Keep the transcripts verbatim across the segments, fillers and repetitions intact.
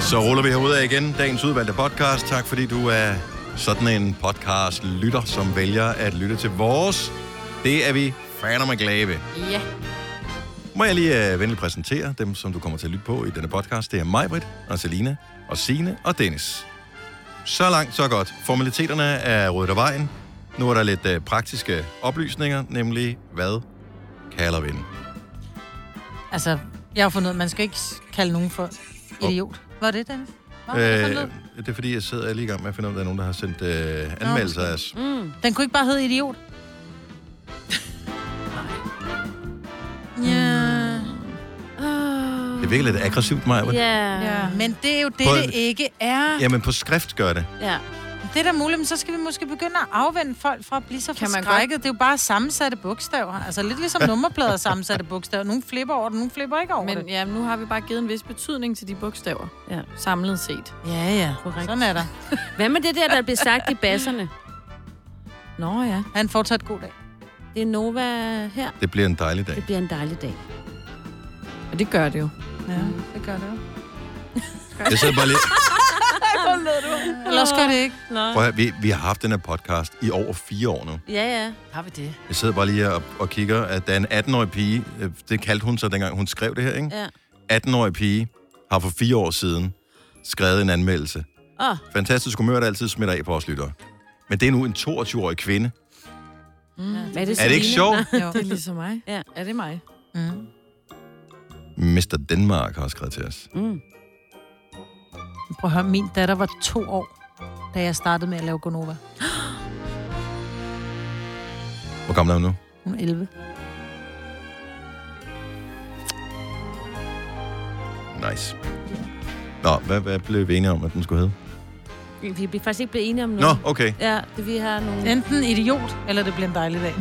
Så ruller vi herude af igen. Dagens udvalgte podcast. Tak fordi du er sådan en podcast-lytter, som vælger at lytte til vores. Det er vi faner med glade ved. Ja. Må jeg lige uh, venligt præsentere dem, som du kommer til at lytte på i denne podcast. Det er Majbrit, og Selina, og Signe og Dennis. Så langt, så godt. Formaliteterne er ryddet af vejen. Nu er der lidt uh, praktiske oplysninger, nemlig hvad kalder vi den? Altså, jeg har fundet ud af, at man skal ikke kalde nogen for idiot. Oh. Hvad er det, Dennis? Øh, det er fordi, jeg sidder lige i gang med at finde ud af, at der er nogen, der har sendt øh, anmeldelser af os. Mm. Den kunne ikke bare hedde idiot? Ja. Det er virkelig lidt aggressivt, Maja. Ja. Ja. Men det er jo det, på, det ikke er. Jamen, på skrift gør det. Ja. Det er da muligt, men så skal vi måske begynde at afvende folk fra at blive så forskrækket. Det er jo bare sammensatte bogstaver. Altså lidt ligesom nummerplader sammensatte bogstaver. Nogle flipper over det, nogle flipper ikke over men, det. Men ja, nu har vi bare givet en vis betydning til de bogstaver. Ja, samlet set. Ja, ja. Korrekt. Sådan er der. Hvad med det der, der bliver sagt i basserne? Nå ja. Ha' en fortsat god dag. Det er Nova her. Det bliver en dejlig dag. Det bliver en dejlig dag. Og det gør det jo. Ja, det gør det jo. Jeg sidder bare lige... Eller også gør det ikke. Prøv at, vi, vi har haft den her podcast i over fire år nu. Ja, ja. Har vi det? Jeg sidder bare lige og, og kigger, at der er en atten-årig pige, det kaldte hun så dengang, hun skrev det her, ikke? Ja. atten-årig pige har for fire år siden skrevet en anmeldelse. Oh. Fantastisk humør, der altid smitter af på os lyttere. Men det er nu en toogtyve-årig kvinde. Mm. Er, det er det ikke sjovt? Det er ligesom mig. Ja. Er det mig? Mm. mister Denmark har skrevet til os. Mm. Prøv at høre, min datter var to år, da jeg startede med at lave Gonova. Hvor gammel er hun nu? Hun er elleve. Nice. Nå, hvad, hvad blev vi enige om, at den skulle hedde? Vi bliver faktisk ikke blevet enige om noget. Nå, okay. Ja, det vi har nogle... Enten idiot, eller det bliver en dejlig dag.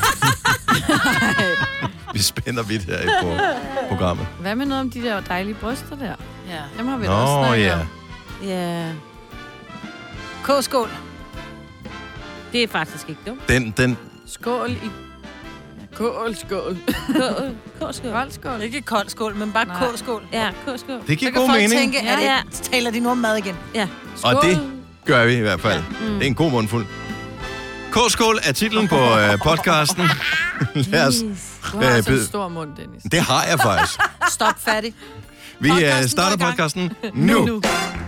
Vi spænder vidt her i på programmet. Hvad med noget om de der dejlige bryster der? Ja. Dem har vi da Nå, også snakket ja. om. Ja. K-skål. Det er faktisk ikke dumt. Den, den... Skål i... Kål, skål. Kål, kål, Kold skål. Ikke kold skål, men bare Nej. K-skål. Ja, kål, skål. Det Så giver kan god folk mening. tænke, er det, Ja. taler de nu om mad igen? Ja. Og det gør vi i hvert fald. Ja. Mm. Det er en god mundfuld. K-skål er titlen på uh, podcasten. Lad os... Du har altså bid- en stor mund, Dennis. Det har jeg faktisk. Stop fattig. Vi uh, Podcasten starter går i gang. podcasten nu. nu.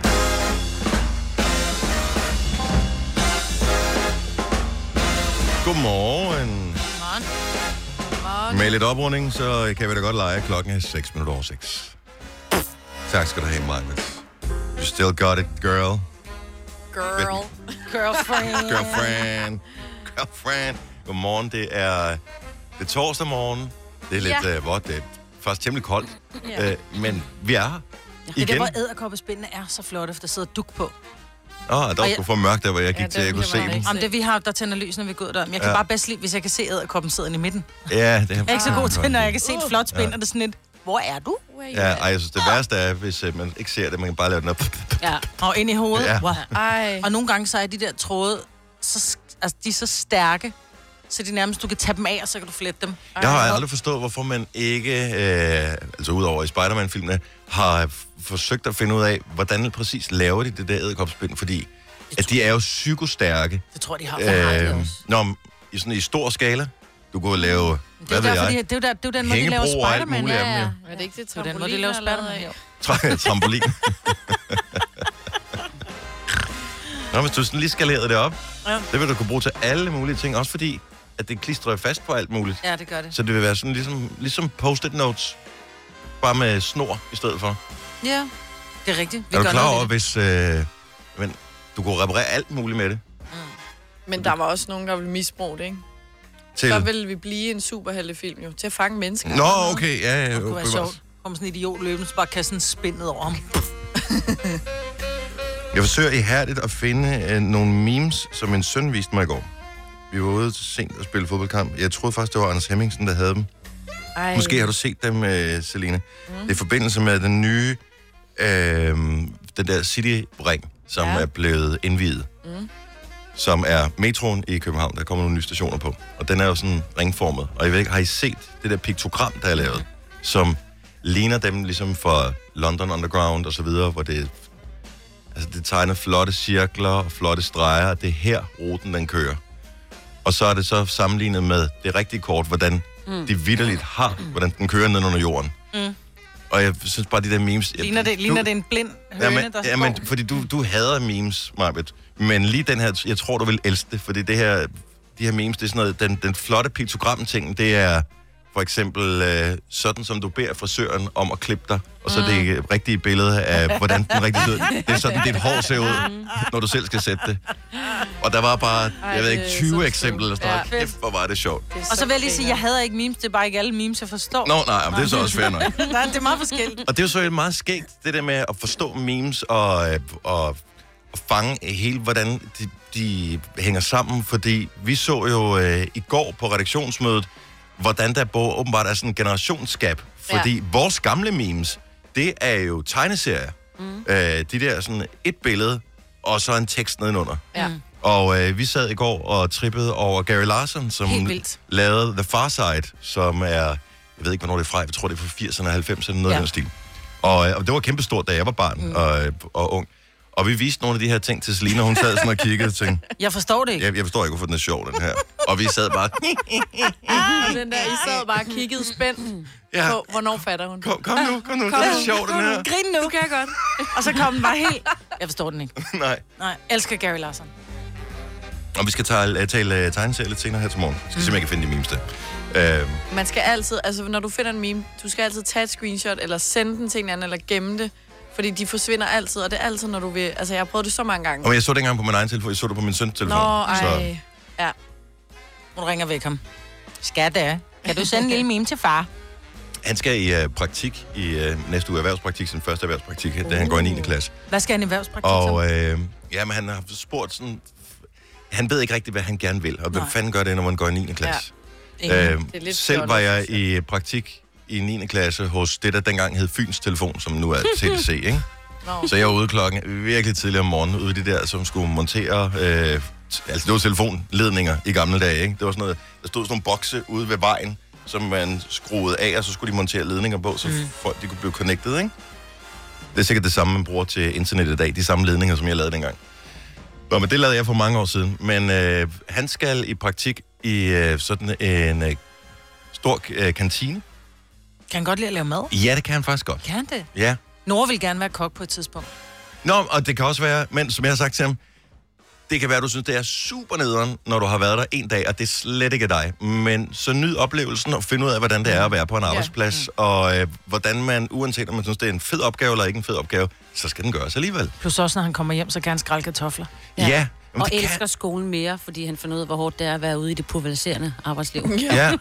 Godmorgen. Med lidt oprunding, så kan vi da godt lege. Klokken er seks minutter over seks. Tak skal du have, Margaret. You still got it, girl. Girl. Girlfriend. Girlfriend. Girlfriend. Godmorgen, det er, det er torsdag morgen. Det er lidt Ja. uh, vådt. Det er faktisk temmelig koldt. Ja. Uh, men vi er her. Det er Igen. der, hvor æderkoppespindene er så flotte, for der sidder duk på. Åh, oh, der var jeg- sgu for mørkt der, hvor jeg gik Ja, ja, til, at jeg dem kunne se kan man dem. ikke. Om det vi har, der tænder lys, når vi går ud der. Men jeg kan Ja. bare bedst lide, hvis jeg kan se æderkoppen sidde i midten. Ja, det er Jeg er ikke så god til, når jeg kan se et flot spind, Ja. og det er sådan lidt, hvor er du? Ja, ej, jeg synes, det værste er, hvis uh, man ikke ser det, man kan bare lave den op. Ja. Og ind i hovedet. Ja. Wow. Ej. Og nogle gange så er de der tråde, så, altså, de er så stærke, så de nærmest, du kan tage dem af, og så kan du flette dem. Jeg har aldrig forstået, hvorfor man ikke, øh, altså udover i Spider-Man-filmene, har f- forsøgt at finde ud af, hvordan præcis laver de det der æderkopspind, fordi at de er jo psykostærke. Det tror jeg, de har. Øh, Øh, når, i, sådan, I stor skala, du kunne lave, det, er hvad jo ved derfor, de, jeg, det, er jo der, det er jo den måde, de laver hængebro og alt Spider-Man. muligt af dem, Ja, jo. ja. Er det ikke det Det er jo den trampolin, måde, de laver der er lavet Spider-Man. af? Jo. Tra- trampolin. Nå, hvis du sådan lige skalerede det op, Ja. det vil du kunne bruge til alle mulige ting, også fordi, at det klistrer fast på alt muligt. Ja, det gør det. Så det vil være sådan ligesom, ligesom post-it notes, bare med snor i stedet for. Ja, det er rigtigt. Vi Er du gør klar noget over, ved det. hvis øh, men, du kunne reparere alt muligt med det? Men der var også nogen, der ville misbruge det, ikke? Til... Så ville vi blive en superheltefilm jo, til at fange mennesker. Nå, okay, ja, ja. Det kunne være bevares. sjovt. Kommer sådan en idiot løbende, så bare kaste sådan spindet over ham. Jeg forsøger ihærdigt at finde øh, nogle memes, som min søn viste mig i går. Vi var ude til sent og spille fodboldkamp. Jeg troede faktisk, det var Anders Hemmingsen, der havde dem. Ej. Måske har du set dem, øh, Selina. Mm. Det er i forbindelse med den nye, øh, den der City-ring, som Ja. er blevet indviet. Mm. Som er metroen i København. Der kommer nogle nye stationer på. Og den er jo sådan ringformet. Og jeg ved ikke, har I set det der piktogram, der er lavet? Som ligner dem ligesom for London Underground og så videre, hvor det, altså det tegner flotte cirkler og flotte streger, og det er her ruten den kører. Og så er det så sammenlignet med det rigtige kort, hvordan mm. de vitterligt har, hvordan den kører ned under jorden. Mm. Og jeg synes bare, de der memes... Ligner det, du, ligner det en blind høne, jamen, der jamen, fordi du, du hader memes, Marbet. Men lige den her, jeg tror, du vil elske det, fordi det her, de her memes, det er sådan noget, den, den flotte piktogram-ting, det er for eksempel øh, sådan, som du beder frisøren om at klippe dig, og så mm. det er rigtige billede af, hvordan den rigtige ud. Det er sådan, dit hår ser ud, når du selv skal sætte det. Og der var bare, jeg ved ikke, tyve eksempler, eller sådan noget. Ja. Kæft, hvor var det sjovt. Det og så vil jeg lige sige, jeg hader ikke memes, det er bare ikke alle memes, jeg forstår. Nå, nej, men det er så også fair nok. Nej, det er meget forskelligt. Og det er jo så meget skægt, det der med at forstå memes og, og, og fange hele, hvordan de, de hænger sammen, fordi vi så jo øh, i går på redaktionsmødet, hvordan der både åbenbart er sådan en generationsgab. Fordi ja. vores gamle memes, det er jo tegneserier. Mm. Øh, de der sådan et billede, og så en tekst nedenunder. Ja. Og øh, vi sad i går og trippede over Gary Larson, som lavede The Far Side, som er, jeg ved ikke, hvornår det er fra, jeg tror, det er fra firserne og halvfemserne, noget ja. af den stil. Og, og det var kæmpestort, da jeg var barn mm. og, og ung. Og vi viste nogle af de her ting til Selina, hun sad sådan og kiggede og tænkte... Jeg forstår det ikke. Jeg, jeg forstår ikke, hvorfor den er sjov, den her. Og vi sad bare... den der, I sad bare og kiggede spændt ja. på, hvornår fatter hun. Kom, kom nu, kom nu, kom, det er sjov, den her. Grin nu. Du kan godt. Og så kom den bare helt... Jeg forstår den ikke. Nej. Nej, elsker Gary Larson. Og vi skal tale, tale tegneserier lidt senere her til morgen. Jeg skal mm. simpelthen ikke finde de memes der. Øhm. Man skal altid, altså når du finder en meme, du skal altid tage et screenshot, eller sende den til en anden, eller gemme det. Fordi de forsvinder altid, og det er altid, når du vil... Altså, jeg har prøvet det så mange gange. Og jeg så det engang på min egen telefon, jeg så det på min søns telefon. Nå, ej. Så. Ja. Hun ringer væk ham. Skat da, kan du sende en lille meme til far? Han skal i uh, praktik i uh, næste uge, erhvervspraktik, sin første erhvervspraktik, uh. da han går i niende klasse. Hvad skal han i erhvervspraktik Og øh, ja, men han har spurgt sådan... Han ved ikke rigtigt, hvad han gerne vil, og hvem fanden gør det, når man går i niende klasse? Ja. Øh, selv var jeg i praktik i niende klasse hos det, der dengang hed Fyns Telefon, som nu er T D C, ikke? No. Så jeg var ude klokken virkelig tidligere om morgenen, ude i det der, som skulle montere... Øh, altså, det var telefonledninger i gamle dage, ikke? Det var sådan noget... Der stod sådan nogle bokse ude ved vejen, som man skruede af, og så skulle de montere ledninger på, så mm. folk de kunne blive connected, ikke? Det er sikkert det samme, man bruger til internet i dag. De samme ledninger, som jeg lavede dengang. Nå, men det lavede jeg for mange år siden. Men øh, han skal i praktik i øh, sådan en øh, stor øh, kantine. Kan han godt lide at lave mad? Ja, det kan han faktisk godt. Kan han det? Ja. Nora vil gerne være kok på et tidspunkt. Nå, og det kan også være, men som jeg har sagt til ham, det kan være, du synes, det er super nederen, når du har været der en dag, og det er slet ikke dig. Men så nyd oplevelsen og find ud af, hvordan det er at være på en arbejdsplads, ja. mm. og øh, hvordan man, uanset om man synes, det er en fed opgave eller ikke en fed opgave, så skal den gøres alligevel. Plus også, når han kommer hjem, så kan han skrælle kartofler. Ja. ja og elsker kan... skolen mere, fordi han finder ud af, hvor hårdt det er at være ude i det pulveriserende arbejdsliv. Ja. ja.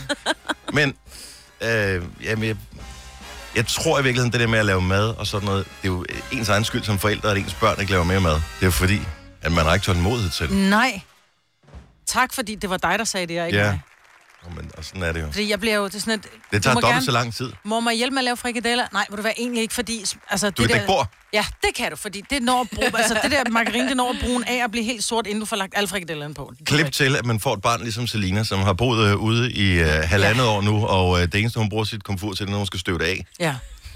Men, øh, jamen, jeg, jeg tror i virkeligheden, det der med at lave mad og sådan noget, det er jo ens egen skyld som forældre, at ens børn ikke laver mere mad. Det er jo fordi... at man har ikke tålmodighed til. Nej. Tak, fordi det var dig, der sagde det, jeg ikke ja. mig. Oh, men, og sådan er det jo. Fordi jeg bliver jo... Det, er sådan et, det tager dobbelt gerne, så lang tid. Må man hjælpe med at lave frikadeller? Nej, må du være egentlig ikke, fordi... Altså, du det kan der, bord? Ja, det kan du, fordi det når brug, altså, det der margarine, det når brugen af at blive helt sort, inden du får lagt alle frikadellerne på. Klip til, at man får et barn ligesom Selina, som har boet øh, ude i øh, halvandet ja. år nu, og øh, det eneste, hun bruger sit komfur til, når hun skal støve det af. Ja.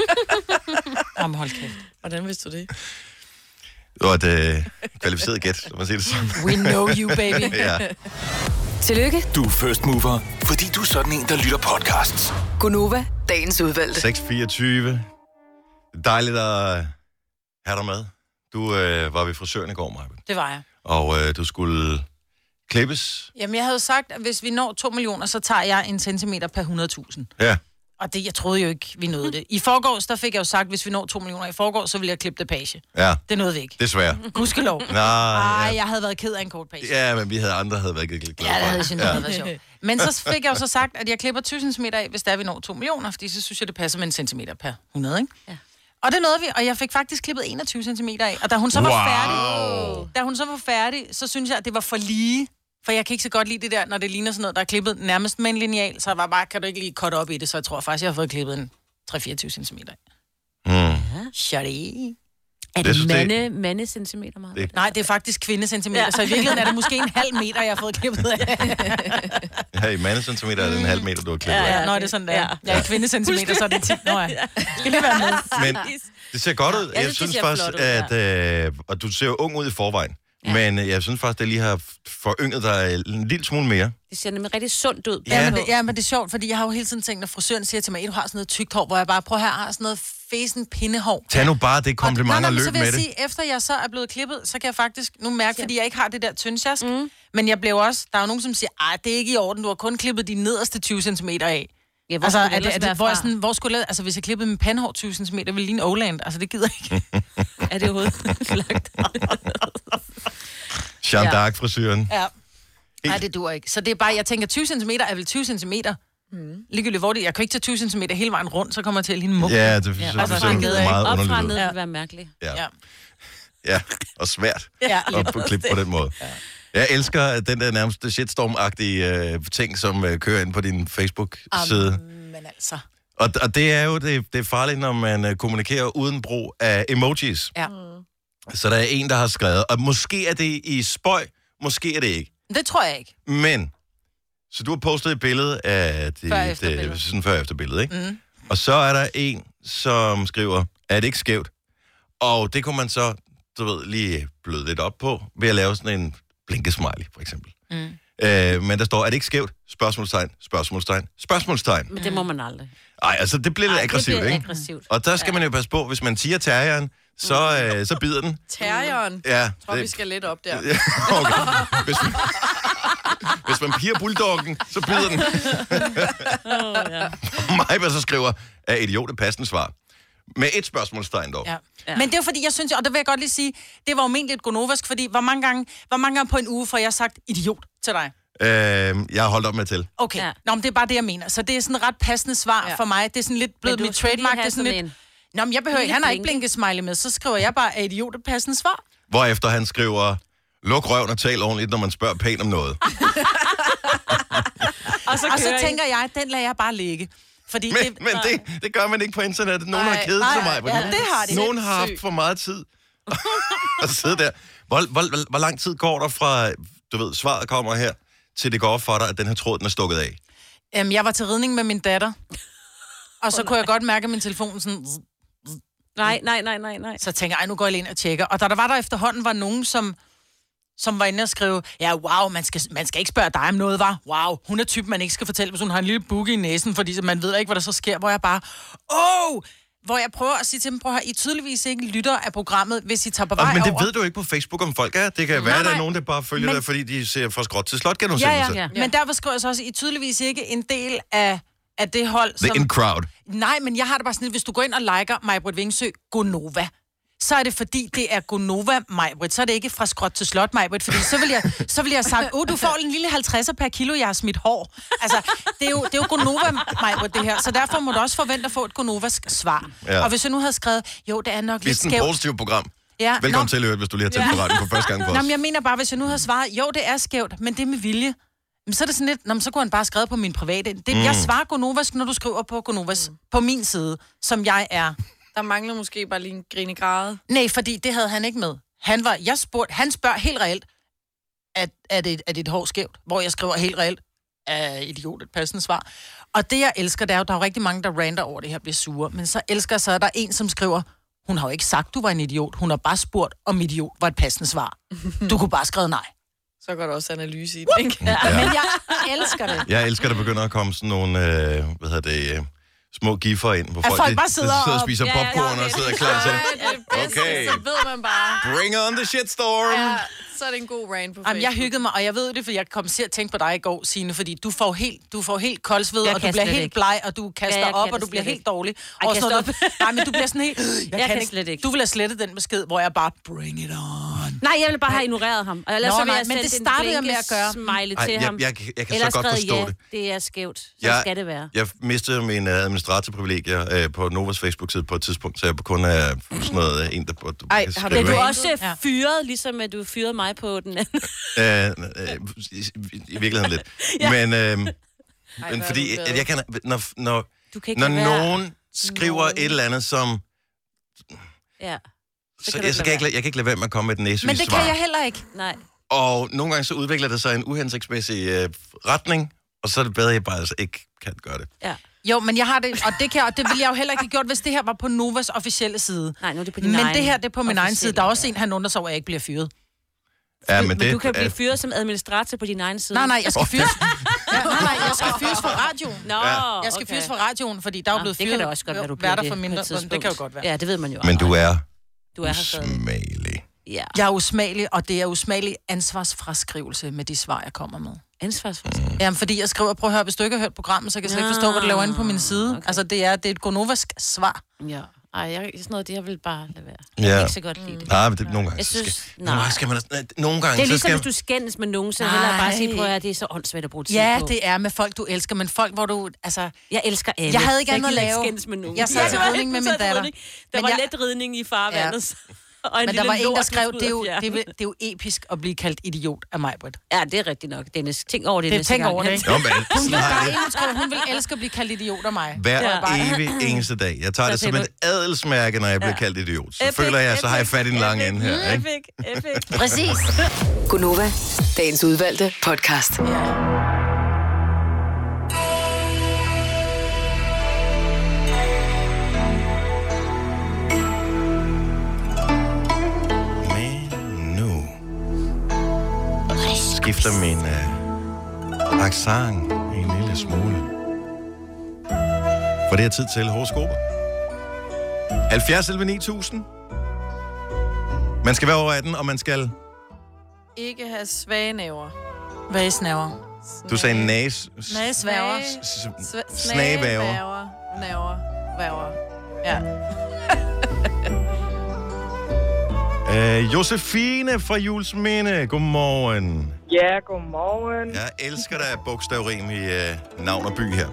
Jamen, hold kæft. Hvordan vidste du det? Det var et øh, kvalificeret gæt, så man siger det sådan. We know you, baby. ja. Tillykke. Du er first mover, fordi du er sådan en, der lytter podcasts. Gunova, dagens udvalgte. seks fireogtyve. Dejligt at have dig med. Du øh, var ved frisøren i går, Maja. Det var jeg. Og øh, du skulle klippes. Jamen, jeg havde sagt, at hvis vi når to millioner, så tager jeg en centimeter per hundrede tusind. Ja. Og det, jeg troede jo ikke, vi nåede det. I forgårs, der fik jeg jo sagt, at hvis vi når to millioner i forgårs, så ville jeg klippe det page. Ja. Det nåede vi ikke. Desværre. Gudskelov. Nej, Ej, ja. jeg havde været ked af en kort page. Ja, men vi havde andre, havde været lidt glade. Ja, det havde jeg ja. været sjovt. Men så fik jeg jo så sagt, at jeg klipper tyve centimeter af, hvis der vi når to millioner, fordi så synes jeg, det passer med en centimeter per hundrede, ikke? Ja. Og det nåede vi, og jeg fik faktisk klippet enogtyve centimeter af. Og da hun så var wow. færdig, da hun så var færdig, så synes jeg, at det var for lige. For jeg kan ikke så godt lide det der, når det ligner sådan noget, der er klippet nærmest med en lineal, så jeg var bare, kan du ikke lige cutte op i det, så jeg tror faktisk, jeg har fået klippet en tre til fireogtyve centimeter. Mm. Shari. Er Jeg det synes, det- mande, mandecentimeter meget? Det- Nej, det er faktisk kvindecentimeter, ja. Så i virkeligheden er det måske en halv meter, jeg har fået klippet af. Her i mandecentimeter er det en halv meter, du har klippet Ja, af. ja, nå, det er sådan, der. Ja. Ja. Jeg er kvindecentimeter, så er det ti. Nå ja. Skal lige være med. Men det ser godt ud. Ja, Jeg det synes ser faktisk, flot ud, at... Øh, og du ser jo ung ud i forvejen. Ja. Men øh, jeg synes faktisk, at jeg lige har forynget dig en lille smule mere. Det ser nemlig rigtig sundt ud. Ja. Ja, men det, ja, men det er sjovt, fordi jeg har jo hele tiden tænkt, når frisøren siger til mig, at du har sådan noget tykt hår, hvor jeg bare, prøv her, har sådan noget fesen pindehår. Tag nu bare det kompliment og, nej, nej, løb så vil med jeg det. sige, efter jeg så er blevet klippet, så kan jeg faktisk nu mærke, fordi jeg ikke har det der tyndsjask, mm. men jeg blev også, der er jo nogen, som siger, ej, det er ikke i orden, du har kun klippet de nederste tyve centimeter af. Ja, hvor Altså, skulle er det det, ellers er være det, hvor, jeg fra? sådan, hvor skulle jeg, altså hvis jeg klippede min pandehår tyve centimeter, ville det ligne Oland. Altså, det gider jeg ikke. Er det overhovedet lagt? Jeanne Ja. d'Arc-frisøren. Ja. Nej, det dur ikke. Så det er bare, jeg tænker, tyve centimeter er vel tyve centimeter. Mm. Ligegyldigt hvor det, jeg kan ikke tage tyve centimeter hele vejen rundt, så kommer jeg til at ligne muk. Ja, det, Ja, så, og så, fra så ned, meget op fra underligt ned ud. vil være mærkeligt. Ja. Ja. ja, og svært Ja, at få klip på den måde. Ja. Jeg elsker den der nærmest shitstorm-agtige øh, ting, som øh, kører ind på din Facebook-side. Um, Men altså. og, og det er jo det, det er farligt, når man øh, kommunikerer uden brug af emojis. Ja. Så der er en, der har skrevet, og måske er det i spøj, måske er det ikke. Det tror jeg ikke. Men, så du har postet et billede af dit, Før- efter øh, billede. sådan før efter billede, ikke? Mm. Og så er der en, som skriver, er det ikke skævt? Og det kunne man så, du ved, lige bløde lidt op på, ved at lave sådan en blinkesmiley, for eksempel. Mm. Øh, men der står, er det ikke skævt? Spørgsmålstegn, spørgsmålstegn, spørgsmålstegn. Men det må man aldrig. Ej, altså, det bliver lidt Ej, det aggressivt, bliver ikke? aggressivt. Og der skal man jo passe på, hvis man tiger terrieren, så, øh, så bider den. Terrieren. Ja, Jeg tror, det- vi skal lidt op der. Ja, okay. Hvis man, hvis man piger bulldoggen, så bider den. Oh, ja. Mig, så skriver, er idiot et passende svar? Med et spørgsmålstegn dog. Ja. Ja. Men det er jo fordi, jeg synes, og der vil jeg godt lige sige, det var jo ment lidt gonovask, fordi hvor mange gange, hvor mange gange på en uge får jeg sagt idiot til dig? Øh, jeg har holdt op med til. Okay, Ja. ja. Nå, men det er bare det, jeg mener. Så det er sådan et ret passende svar Ja. ja. for mig. Det er sådan lidt blevet Men du mit skal lige trademark. Det have er sådan sådan lidt... en- Nå, men jeg behøver ikke, lille han har ikke blinke. blinkesmiley med, så skriver jeg bare, er idiot et passende svar? Hvorefter han skriver, luk røven og tal ordentligt, når man spørger pænt om noget. Og så, Og så kører I. tænker jeg, den lader jeg bare ligge. Fordi Men, det, men det, det gør man ikke på internettet. Nogen har Nej, kedet nej, sig mig. ja, det har de. Nogen har haft for meget tid at sidde der. Hvor, hvor, hvor, hvor lang tid går der fra, du ved, svaret kommer her, til det går op for dig, at den her tråd, den er stukket af? Øhm, jeg var til ridning med min datter, og så oh, kunne jeg godt mærke, at min telefon sådan... Nej, nej, nej, nej, nej. Så tænker jeg, ej, nu går jeg lige ind og tjekker. Og da der var der efterhånden var nogen, som, som var inde og skrive, ja, wow, man skal, man skal ikke spørge dig om noget, var. Wow, hun er typen, man ikke skal fortælle, hvis hun har en lille bukke i næsen, fordi man ved ikke, hvad der så sker, hvor jeg bare, åh! Oh! Hvor jeg prøver at sige til dem, prøv at høre, I tydeligvis ikke lytter af programmet, hvis I tager på vej Og, men det over. ved du jo ikke på Facebook, om folk er. Det kan være, at der er nogen, der bare følger Men- dig, fordi de ser fra skråt til slot Ja, genudsendelse. ja, ja. Men derfor skriver jeg så også, I er tydeligvis ikke en del af, af det hold, The som... in crowd. Nej, men jeg har det bare sådan lidt, hvis du går ind og liker Majbrit Vingsø Gonova, så er det fordi, det er Gonova Majbrit, så er det ikke fra skråt til slot Majbrit, fordi så vil jeg, så vil jeg have sagt, åh, du får en lille halvtredser per kilo, jeg har smidt hår. Altså, det er jo, det er jo Gonova Majbrit, det her, så derfor må du også forvente at få et Gonovask svar. Ja. Og hvis jeg nu havde skrevet, jo, det er nok Det er lidt sådan et skævt. positivt program. Ja, Velkommen nå. til at høre, hvis du lige har tændt på radioen for første gang på Nå, os. men jeg mener bare, hvis jeg nu havde svaret, jo, det er skævt, men det er med vilje. Men så er det sådan lidt, nå, men så kunne han bare skrive på min private. Det, mm. Jeg svarer Gonovask, når du skriver på Gonovas, mm. på min side, som jeg er. Der mangler måske bare lige en grinegrade. Nej, fordi det havde han ikke med. Han var, jeg spurgte, han spørger helt reelt, at, er, det, er det et hår skævt? Hvor jeg skriver helt reelt, er idiot et passende svar. Og det, jeg elsker, det er jo, der er jo rigtig mange, der ranter over det her, bliver sure. Men så elsker jeg så, at der er en, som skriver, hun har jo ikke sagt, du var en idiot. Hun har bare spurgt, om idiot var et passende svar. Du kunne bare skrive nej. Så går der også analyse i det, ikke? Ja. Men jeg elsker det. Jeg elsker, at der begynder at komme sådan nogle, øh, hvad hedder det, øh, små giffer ind, hvor At folk, folk de, bare de sidder sidder og og- spiser Ja, ja, popcorn ja, og det- sidder klar til. Ja, det er det bedste, Okay. så ved man bare. Bring on the shitstorm! Ja, så er det en god rant på Facebook. Jamen, jeg hyggede mig, og jeg ved det, for jeg kom til at tænke på dig i går, Signe, fordi du får helt, du får helt koldsved, Jeg og du kan bliver slet helt ikke. bleg, og du kaster Ja, jeg op, kan og du det bliver slet helt ikke. dårlig. Ej, Og kan sådan jeg noget. Nej, men du bliver sådan helt... Jeg, kan ikke. slet ikke. Du vil have slettet den besked, hvor jeg bare, bring it on. Nej, jeg vil bare have ignoreret ham. Og ellers Nå, så vil nej, jeg men sende det en startede jeg med at gøre. smiley Ej, til jeg, ham. jeg, jeg kan Eller så godt skrevet, forstå ja, det. det er skævt. Så Jeg- skal det være. Jeg mistede mine administratorprivilegier øh, på Novas Facebook-side på et tidspunkt, så jeg kun er sådan noget øh, en, der du, du Ej, kan har du skrive Men du er af. også Ja. fyret, ligesom at du fyrede mig på den anden. Øh, øh, i, I virkeligheden lidt. ja. Men, øh, men hvor er fordi, du glad. at jeg kan, når, når, Du kan ikke når lade være. nogen skriver Nogen. et eller andet, som... Ja. så, så jeg, så kan jeg, ikke, jeg kan ikke lade være med at komme med den næsevise Men det svar. kan jeg heller ikke. Nej. Og nogle gange så udvikler det sig en uhensigtsmæssig øh, retning, og så er det bedre, at jeg bare altså ikke kan gøre det. Ja. Jo, men jeg har det, og det, kan jeg, og det ville jeg jo heller ikke have gjort, hvis det her var på Novas officielle side. Nej, nu er det på din Men egen det her, det er på min egen side. officielle, Der er også en, han undrer sig over, at jeg ikke bliver fyret. Ja, men, men, men det, du kan blive øh, fyret som administrator på din egen side. Nej, nej, jeg skal fyres. Ja, nej, nej, jeg skal fyres fra radioen. Nå, Ja. Jeg skal okay. fyres fra radioen, fordi der er jo blevet det fyret. kan da også godt være, du bliver værter det for på mindre. et tidspunkt. Det kan jo godt være. Ja, det ved man jo. men du er, du er her stadig. usmagelig. Ja. Jeg er usmagelig, og det er usmagelig ansvarsfraskrivelse med de svar, jeg kommer med. Ansvarsforskning. Jamen, fordi jeg skriver, prøv at høre, hvis du ikke har hørt programmet, så kan jeg slet ikke forstå, hvad du laver inde på min side. Okay. Altså, det er, det er et gonovask svar. Ja. Ej, jeg, sådan noget, det jeg vil bare lade være. Ja. Jeg kan ikke så godt lide det. Nej, men det, nogle gange, Jeg så skal, synes- nogle gange nej. skal man... nej, Nogle gange, Det er så ligesom, skal, hvis du skændes med nogen, så Nej. hellere bare sige, prøv at det er så åndssvagt at bruge tid Ja, på. det er med folk, du elsker, men folk, hvor du... Altså, Jeg elsker alle. Jeg havde ikke Så andet at gider lave. skændes med nogen. Jeg sad til Ja. ridning med Du min sad til datter. ridning. Der Men var jeg- let ridning i farvandet. Og en men der lille var en, der lort, skrev, du det er, jo, skulle ud det, og er, det er jo episk at blive kaldt idiot af mig, Britt. Ja, det er rigtigt nok, Dennis. Tænk over det, Det næste tænk gang. over det, ikke? Nå, men Hun vil, der er snart, en, der skrev, hun vil elske at blive kaldt idiot af mig. hver Ja. evig eneste dag. Jeg tager Så det som siger et adelsmærke, når jeg bliver kaldt idiot. Så Epic, føler jeg, så har jeg epic, fat i en lang epic, ende her. Ikke? Epic, epic. Præcis. Gunova, dagens udvalgte podcast. Men nu skifter min uh, accent en lille smule. For det er tid til horoskoper. halvfjerds elleve ni tusind. Man skal være over atten, og man skal... Ikke have svage næver. Hvad er snæver? Du sagde næs... Næsvæver. Snagevæver. Snagevæver. Næver. Væver. Ja. Øh, Josefine fra Julesminde, godmorgen. Ja, godmorgen. Jeg elsker dig bogstavrim i øh, navn og by her.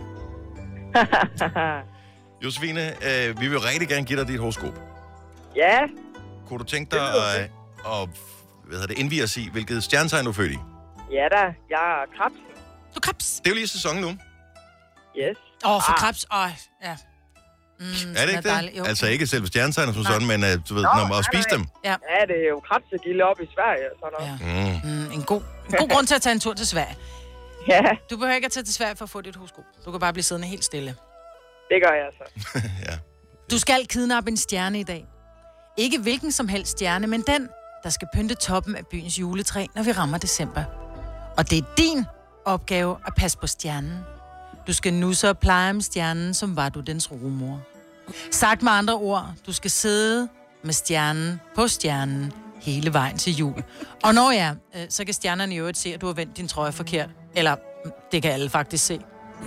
Josefine, øh, vi vil rigtig gerne give dig dit horoskop. Ja, Kunne du tænke dig at, at hvad hedder det, indvige os i, hvilket stjernetegn du er født i? ja da. Jeg er krabsen. Du krebs. Det er jo lige sæson nu. Yes. Åh, oh, for krebs. Åh, oh, ja. Mm, Er det ikke dejligt. Jo. det? Altså ikke selve stjernetegnet som Nej. sådan, men uh, du ved, Nå, når man nej, spiser nej. dem. Ja. Ja, det er jo krabsegilde op i Sverige og sådan noget. Ja. Mm. Mm, en, god, en god grund til at tage en tur til Sverige. Ja, Du behøver ikke at tage til Sverige for at få dit horoskop. Du kan bare blive siddende helt stille. det gør jeg så. Ja. Du skal kidnappe en stjerne i dag. Ikke hvilken som helst stjerne, men den, der skal pynte toppen af byens juletræ, når vi rammer december. Og det er din opgave at passe på stjernen. Du skal nusse og pleje med stjernen, som var du dens rumor. Sagt med andre ord, du skal sidde med stjernen på stjernen hele vejen til jul. Og når ja, øh, så kan stjernerne i øvrigt se, at du har vendt din trøje forkert. Eller, mm, det kan alle faktisk se.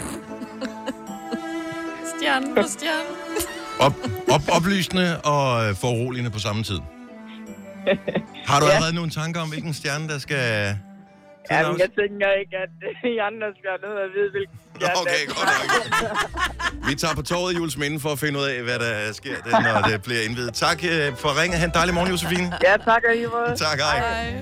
Stjernen på stjernen. Op, op, oplysende og øh, foruroligende på samme tid. Har du allerede nogle tanker om, hvilken stjerne, der skal... Ja, men jeg tænker ikke, at I andre skal have noget at vide, hvilken stjerne Okay, det er. godt nok. Vi tager på torvet i Julesminde for at finde ud af, hvad der sker, det, når det bliver indvidet. Tak øh, for ringet. Ha' en dejlig morgen, Josefine. Ja, tak og I måde. Tak, hej. Hej.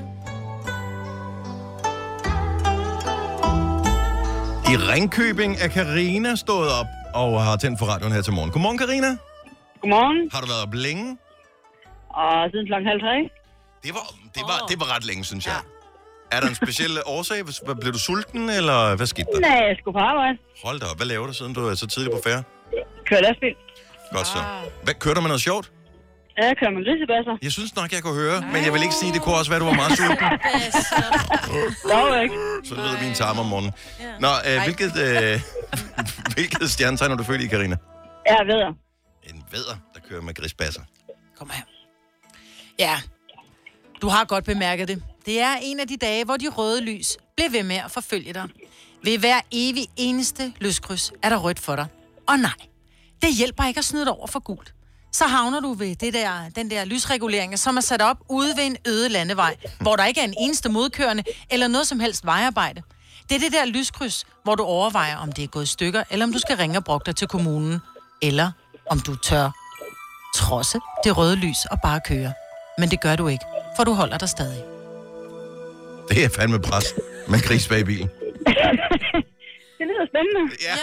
I Ringkøbing er Karina stået op og har tændt for radioen her til morgen. Godmorgen, Karina. Godmorgen. Har du været op længe? Og siden klokken halv tre. Det var, det var, det var ret længe, synes jeg. Er der en speciel årsag? Blev du sulten, eller hvad skete der? Nej, jeg skulle på arbejde. Hold da op. Hvad laver du, siden du er så tidligt på færre? Kører lastbil. Godt så. Hvad, kører du med noget sjovt? Ja, jeg kører med grisebasser. Jeg synes nok, jeg kunne høre, men jeg vil ikke sige, det kunne også være, du var meget sulten. Dog ikke. Så lyder min tarm om morgenen. Nå, øh, hvilket, øh, hvilket stjernetegn er du født i, Karina? Ja, jeg ved jeg. En vædder, der kører med grisbasser. Kom her. Ja, du har godt bemærket det. Det er en af de dage, hvor de røde lys bliver ved med at forfølge dig. Ved hver evig eneste lyskryds er der rødt for dig. Og nej, det hjælper ikke at snyde dig over for gult. Så havner du ved det der, den der lysregulering, som er sat op ude ved en øde landevej, hvor der ikke er en eneste modkørende eller noget som helst vejarbejde. Det er det der lyskryds, hvor du overvejer, om det er gået i stykker, eller om du skal ringe og brokke dig til kommunen, eller om du tør trodse det røde lys og bare køre. Men det gør du ikke, for du holder dig stadig. Det er fandme pres med gris bag i bilen. Det lyder spændende. Ja.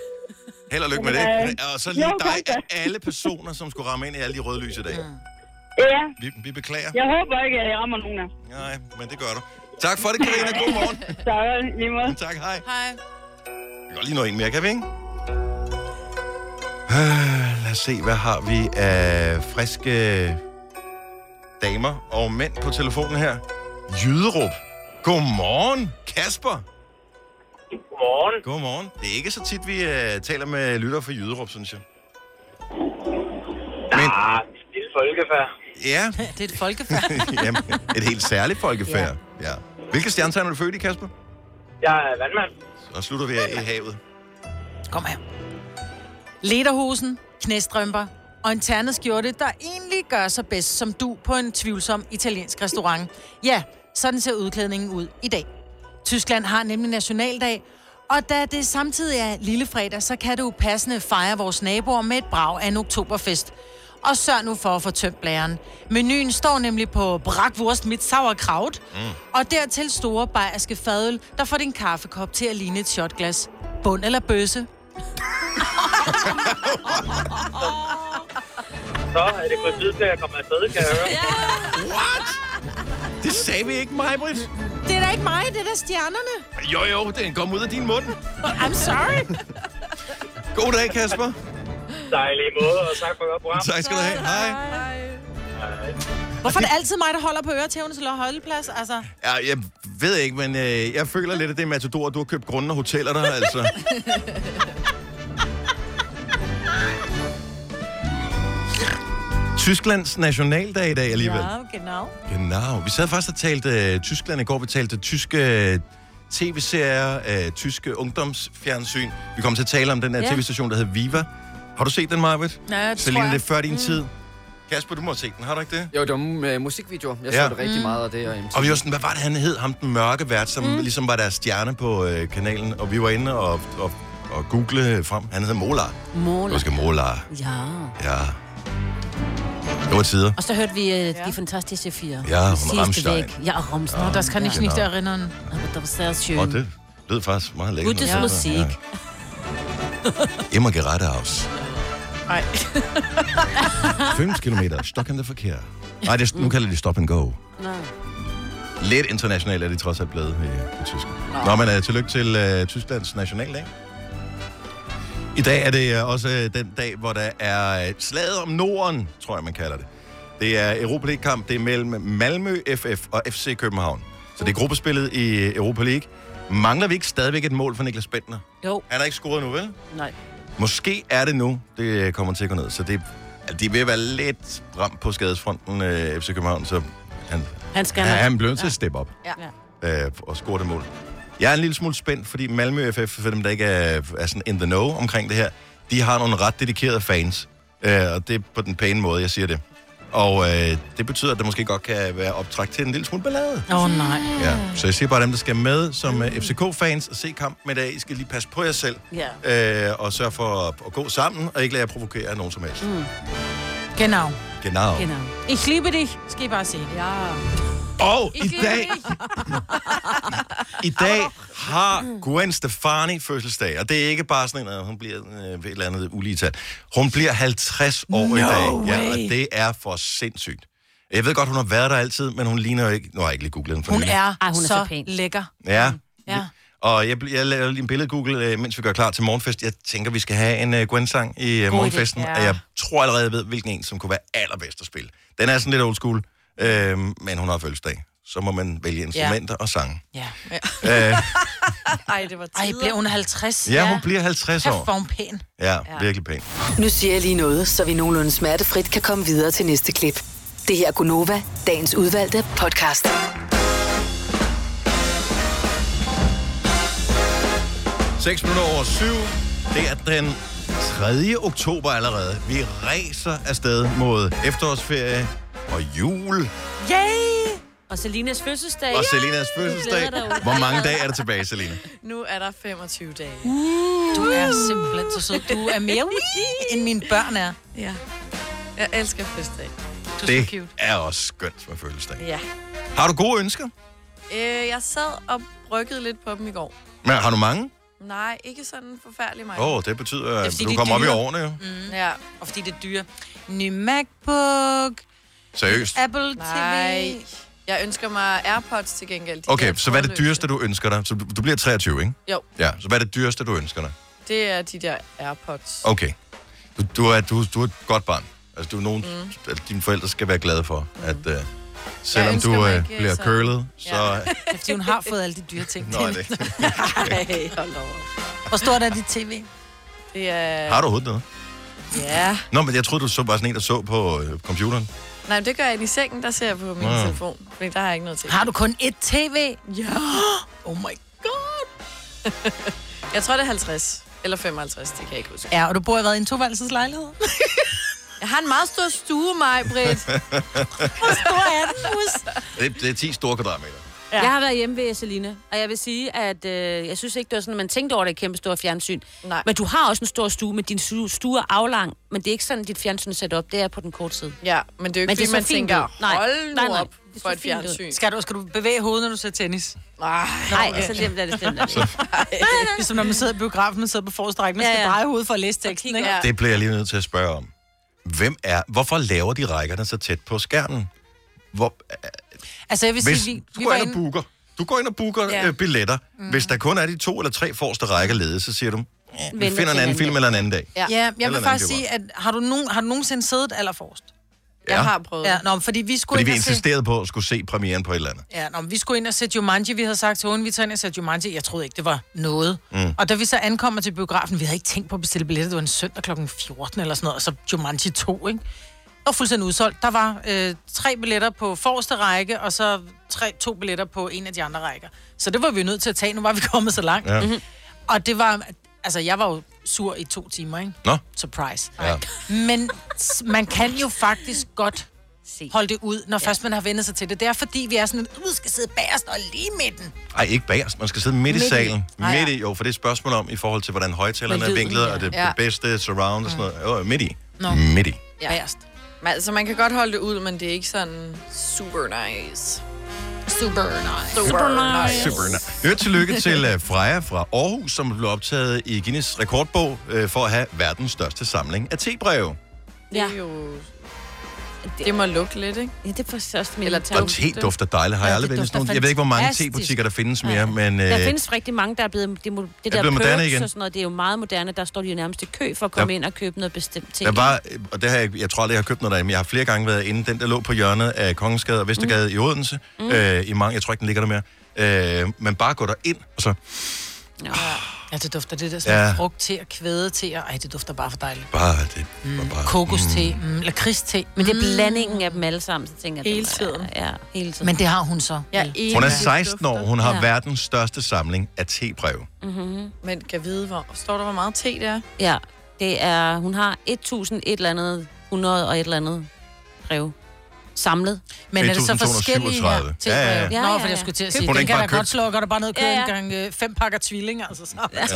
Held og lykke med det. Og så lige dig af alle personer, som skulle ramme ind i alle de røde lys i dag. Ja. Vi, vi beklager. Jeg håber ikke, at jeg rammer nogen af. Nej, men det gør du. Tak for det, Karina. God morgen. Tak, lige måde. Tak, hej. Hej. Vi kan lige nå en mere, kan vi ikke? Øh, lad os se, hvad har vi af friske damer og mænd på telefonen her. Jyderup. Godmorgen, Kasper. Godmorgen. Godmorgen. Det er ikke så tit, vi uh, taler med lytter fra Jyderup, synes jeg. Men... Ah, det er et folkefærd. Ja. Det er et folkefærd. Jamen, et helt særligt folkefærd. Ja. Ja. Hvilke stjernetegn er du født i, Kasper? Jeg er vandmand. Så slutter vi af i havet. Kom her. Lederhosen, knæstrømper og en ternet skjorte, der egentlig gør sig bedst som du på en tvivlsom italiensk restaurant. Ja, sådan ser udklædningen ud i dag. Tyskland har nemlig nationaldag, og da det samtidig er lille fredag, så kan du passende fejre vores naboer med et brag af en oktoberfest. Og sørg nu for at få tømt blæren. Menuen står nemlig på bratwurst mit sauerkraut, mm. og dertil store bayerske fadøl, der får din kaffekop til at ligne et shotglas. Bund eller bøsse? Så er det på tid til at komme afsted, kan jeg høre. What? Det sagde vi ikke, Maj-Brit. Det er da ikke mig, det er da stjernerne. Jo, jo, den kom ud af din mund. I'm sorry. God dag, Kasper. Dejlig måde, og tak for godt program. Tak skal du have. Hej. Hej. Hvorfor er det altid mig, der holder på øretævne til holdeplads? Altså... Ja, jeg ved ikke, men øh, jeg føler lidt, at det er Matador, du har købt grunde og hoteller der, altså. Tysklands nationaldag i dag alligevel. Ja, genau. Genau. Vi sad faktisk og talte uh, Tyskland i går. Vi talte tyske uh, tv-serier, uh, tyske ungdomsfjernsyn. Vi kom til at tale om den der Ja. tv-station, der hedder Viva. Har du set den, Marvitt? Ja, det Selina, tror jeg. det er før din Mm. tid. Kasper, du må have set den. Har du ikke det? Jo, det var uh, musikvideoer. Jeg Ja. så det rigtig Mm. meget af det. Og, Og vi var sådan, hvad var det, han hed? Ham den mørke vært, som mm. ligesom var deres stjerne på uh, kanalen. Og vi var inde og, og, og google frem. Han hed Molar. Mål. Du skal Molar. Ja. Ja. Det var tider. Og så hørte vi uh, de fantastiske fire. Ja, Die und sidste Rammstein. Weg. Ja, Rammstein. Nå, das kann ich nicht Genau. erinnern. Aber das war sehr schön. Og det lød faktisk meget lækkert. Gutes Ja. Musik. Ja. Immer geradeaus. Nej. fem kilometer, stokkende forkær. Nej, det er, nu kalder de stop and go. Nej. Lidt internationalt er de trods alt blevet i, i Tyskland. Nå, men uh, tillykke til uh, Tysklands nationaldag. I dag er det uh, også uh, den dag, hvor der er uh, slaget om Norden, tror jeg, man kalder det. Det er Europa League-kamp, det er mellem Malmø F F og F C København. Så det er gruppespillet i Europa League. Mangler vi ikke stadigvæk et mål for Niklas Bentner? Jo. Han har ikke scoret nu, vel? Nej. Måske er det nu, det kommer til at gå ned. Så det, altså, de vil være lidt ramt på skadesfronten, øh, F C København, så han, Han skal ja, nok- han bliver nødt til at steppe op Ja. øh, og score det mål. Jeg er en lille smule spændt, fordi Malmø F F, for dem, der ikke er, er sådan in the know omkring det her, de har nogle ret dedikerede fans. Øh, og det er på den pæne måde, jeg siger det. Og øh, det betyder, at der måske godt kan være optræk til en lille smule ballade. Åh, oh, nej. Ja, så jeg siger bare dem, der skal med som uh, F C K-fans og se kampen i dag, I skal lige passe på jer selv. Ja. Øh, og sørge for at, at gå sammen, og ikke lade jer provokere nogen som helst. Mm. Genau. Genau. Genau. Ich liebe dich, skal I bare sige. Ja. Og Ich i liebe dag, dich. i dag har Gwen Stefani fødselsdag, og det er ikke bare sådan en, at hun bliver øh, et eller andet uligetal. Hun bliver halvtreds år no i dag, ja, og det er for sindssygt. Jeg ved godt, hun har været der altid, men hun ligner jo ikke... Nu har jeg ikke lige googlet den for Hun nylig. er, Ej, hun er så, så pæn. lækker. Ja. Ja. Og jeg, jeg laver lige en billede Google, øh, mens vi gør klar til morgenfest. Jeg tænker, vi skal have en uh, Gwen-sang i uh, morgenfesten, idé, ja. og jeg tror allerede, jeg ved, hvilken en, som kunne være allerbedst at spille. Den er sådan lidt old school, øh, men hun har fødselsdag. Så må man vælge instrumenter ja. og sange. Ja. Øh, Ej, det var Ej, tider. bliver hun halvtreds? ja, hun bliver halvtreds Kæft, år. hvor hun pæn. Ja, virkelig pæn. Nu siger jeg lige noget, så vi nogenlunde smertefrit kan komme videre til næste klip. Det her er Gunova, dagens udvalgte podcast. seks minutter over syv. Det er den tredje oktober allerede. Vi ræser afsted mod efterårsferie og jul. Yay! Og Selinas fødselsdag. Og Selinas fødselsdag. Glæder dig jo. Hvor mange dage er der tilbage, Selina? Nu er der femogtyve dage. Du er simpelthen så sød. Du er mere end mine børn er. Ja. Jeg elsker fødselsdag. Du er Det så cute. er også skønt med fødselsdag. Ja. Har du gode ønsker? Øh, jeg sad og bryggede lidt på dem i går. Men har du mange? Nej, ikke sådan forfærdelig meget. Åh, oh, det betyder, at fordi, du de er kommer op i dyre. årene jo. Mm. Ja. Og fordi det er dyre. Ny MacBook, Seriøst? Apple T V. Nej. Jeg ønsker mig AirPods til gengæld. De Okay, der så hvad er det trådløse. dyreste, du ønsker dig? Så du, du bliver treogtyve, ikke? Jo. Ja, så hvad er det dyreste, du ønsker dig? Det er de der AirPods. Okay. Du, du, er, du, du er et godt barn. Altså, du er nogen, mm. altså, dine forældre skal være glade for, mm. at uh, selvom ønsker du mig uh, ikke, bliver så- curlet, så... Ja. Det er, fordi hun har fået alle de dyre ting. Nå, er det. Ej, hold da over. Hvor stort er dit tv? Det er... Har du overhovedet noget? Ja. Nå, men jeg troede, du så bare sådan en, der så på øh, computeren. Nej, det gør jeg ikke i sengen. Der ser jeg på min Nå. telefon. Fordi der har jeg ikke noget til. Har du kun ét tv? Ja. Oh my god. Jeg tror, det er halvtreds. Eller femoghalvtreds, det kan jeg ikke huske. Ja, og du bor i hvad, i en toværelseslejlighed? Jeg har en meget stor stue, mig, Britt. Hvor stor er den, hus? Det, det er ti store kvadratmeter. Ja. Jeg har været hjemme ved Selina, og jeg vil sige, at øh, jeg synes ikke, det var sådan, at man tænkte over det kæmpe store fjernsyn. Nej. Men du har også en stor stue, men din stue, stue er aflang, men det er ikke sådan, dit fjernsyn er sat op. Det er på den korte side. Ja, men det er jo ikke, Men det fordi så man fint tænker, ud. Nej, hold nu nej, nej. op Det for så et fint ud. fjernsyn. Skal du, skal du bevæge hovedet, når du ser tennis? Nej, Nej, altså det er det stemt. Ligesom når man sidder i biografen, man sidder på forreste række, man skal Ja, ja. dreje hovedet for at læse teksten, ikke? Ja. Det bliver jeg lige nødt til at spørge om. Hvem er... Hvorfor laver de rækkerne så tæt på skærmen? Hvor, Altså, jeg vil hvis sige, vi, du vi går var ind og inde... booker, du går ind og booker Ja. øh, billetter. Mm. Hvis der kun er de to eller tre forreste rækker ledige, så siger du, vi Venter finder en til anden en film anden eller en anden dag. Ja. Ja, jeg Eller vil en faktisk anden sige, at har du, nogen, har du nogensinde siddet allerforrest? Jeg har prøvet. Ja, nå, fordi vi skulle Fordi vi ind og se... insisterede på at skulle se premieren på et eller andet. Ja, nå, vi skulle ind og se Jumanji. Vi havde sagt til hende, vi tager ind og se Jumanji. Jeg troede ikke, det var noget. Mm. Og da vi så ankommer til biografen, vi havde ikke tænkt på at bestille billetter. Det var en søndag klokken fjorten eller sådan noget. Og så Jumanji to, ikke? Og fuldstændig udsolgt. Der var øh, tre billetter på forreste række, og så tre, to billetter på en af de andre rækker. Så det var vi jo nødt til at tage. Nu var vi kommet så langt. Ja. Mm-hmm. Og det var... Altså, jeg var jo sur i to timer, ikke? Nå? Surprise. Ja. Men s- man kan jo faktisk godt Se. holde det ud, når ja. først man har vendt sig til det. Det er fordi, vi er sådan, at du skal sidde bagerst og lige midten. Ej, ikke bagerst. Man skal sidde midt, midt i Midt i. salen. Ah, ja. Midt i, jo, for det er et spørgsmål om, i forhold til, hvordan højtalerne Med er lyden, vinklet, ja. og det, Ja. det bedste surround og sådan noget. Jo, midt i. Nå. Midt i. Ja. Bagerst. Men, altså, man kan godt holde det ud, men det er ikke sådan super nice. Super nice. Super nice. Super nice. Hør tillykke til uh, Freja fra Aarhus, som blev optaget i Guinness rekordbog uh, for at have verdens største samling af tebreve. Det er jo... Det må lugte lidt, ikke? Ja, det er faktisk også min Eller tanke. Og te dufter dejligt. Har jeg Ja, aldrig det været dufter sådan nogle. Jeg ved ikke, hvor mange fantastisk. tebutikker der findes mere, Ja. men... Uh, Der findes rigtig mange, der er blevet... Det, mo- det der blevet moderne perks igen. og sådan noget, det er jo meget moderne. Der står de jo nærmest i kø for at komme Der- ind og købe noget bestemt ting. der var, og det har jeg, jeg tror aldrig, jeg har købt noget derinde, men jeg har flere gange været inde. Den, der lå på hjørnet af Kongensgade og Vestergade mm. i Odense. Mm. Øh, i mange, jeg tror ikke, den ligger der mere. Øh, men bare gå der ind og så Ja. Ja, det dufter det der sådan Ja. ja. frugt til og kvæde til. Og, ej, det dufter bare for dejligt. bare det. Mm. Bare, Kokoste, mm, lakridste. Men det er blandingen af dem alle sammen, så tænker jeg... Hele det- tiden. Ja, hele tiden. Men det har hun så. Jeg er vel? enig. Hun er Det seksten år. dufter. Hun har Ja. verdens største samling af tebreve. Mm-hmm. Men kan vide, hvor... Står der, hvor meget te det er? Ja, det er... Hun har et tusind et eller andet, hundrede og et eller andet brev samlet. Men er det så et tusind to hundrede forskellige her syvogtredive. til Ja, ja, ja. brev? Ja, Nå, ja, for jeg ja. skulle til at Hun sige, har den ikke kan bare da godt købt- slå, og der bare ned og købe Ja, ja. en gang øh, fem pakker tvillinger, altså sammen. Ja.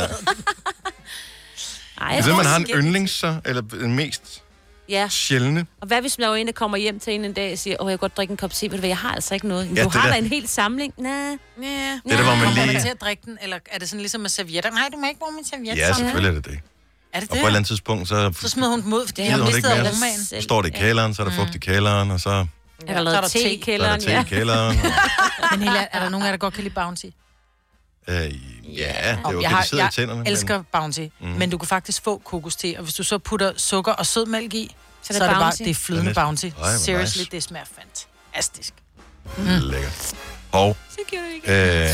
Ej, Jeg jeg ved, tror, man har en det- yndlings, så, eller den mest Ja, sjældne. og hvad hvis der er en, der kommer hjem til en en dag og siger, åh, jeg kan godt drikke en kop te, ved du hvad, jeg har altså ikke noget. Men Ja, du det har der- da en hel samling. Næh. Ja. Det er der, hvor man Kommer man lige... til at drikke den, eller er det sådan ligesom med servietter? Nej, du må ikke bruge min serviet Ja, sammen. selvfølgelig er det det. Er det Og på et det? eller andet tidspunkt, så Så smider hun dem ud, fordi Det de er har hun ikke mistet mere. aromaen. Selv. står det i kælderen, så er der fugt i kælderen, og så Jeg har Så er lavet der te i te. så er der kælderen, te i ja. kælderen. Men helt ærligt, er der nogen af jer, der godt kan lide Bounty? Øh, ja, det er jo jeg, okay, har, det sidder jeg i tænderne. elsker Bounty, mm. men du kan faktisk få kokoste, og hvis du så putter sukker og sødmælk i, så, er det så er det bare Bounty. det er flydende Det er Bounty. næsten- Ej, hvor Seriously, nice. det smager fantastisk. Mm. Lækkert. Og øh,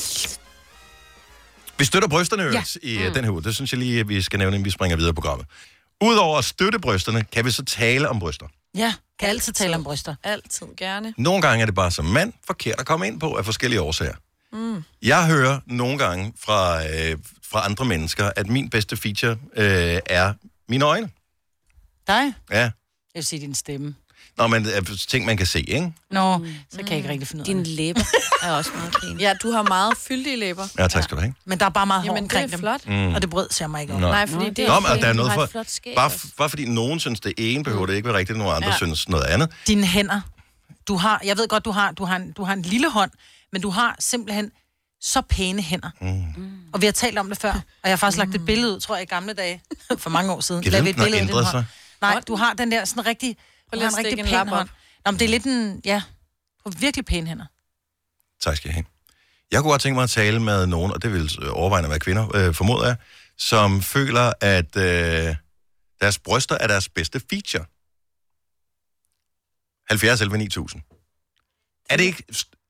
vi støtter brysterne ja. i mm. den her uge. Det synes jeg lige, at vi skal nævne, inden vi springer videre i programmet. Udover at støtte brysterne, kan vi så tale om bryster. Ja, kan altid tale om bryster. Altid gerne. Nogle gange er det bare som mand forkert at komme ind på af forskellige årsager. Mm. Jeg hører nogle gange fra, øh, fra andre mennesker, at min bedste feature øh, er mine øjne. Dig? Ja. Jeg vil sige din stemme. Nå, men øh, ting, man kan se, ikke? Nå, mm. så kan jeg ikke rigtig finde ud af Dine det. læber er også meget fine. Ja, du har meget fyldige læber. Ja, tak skal du have. Men der er bare meget hår Jamen, det er omkring dem. flot. Mm. Og det brød ser mig ikke om. Nå. Nej, fordi Nå, det det er... Nå, er men der er fint. noget Du har for... et flot skæg Bare, også. bare fordi nogen synes, det ene behøver det ikke være rigtigt, nogle andre ja. Ja. synes noget andet. Dine hænder. Du har, jeg ved godt, du har, du har, en, du har en lille hånd, men du har simpelthen så pæne hænder. Mm. Og vi har talt om det før, og jeg har faktisk lagt et billede ud, tror jeg, i gamle dage, for mange år siden. Kan Lavede det vi et ikke billede af ændre din sig? hånd. Nej, du har den der sådan rigtig, du lige har at en rigtig stikke en pæn lap op. hånd. Jamen, det er lidt en, ja, på virkelig pæne hænder. Tak skal jeg have. Jeg kunne godt tænke mig at tale med nogen, og det vil overvejende være kvinder, øh, formoder jeg, som føler, at øh, deres bryster er deres bedste feature. halvfjerds elleve ni tusind. Er det ikke,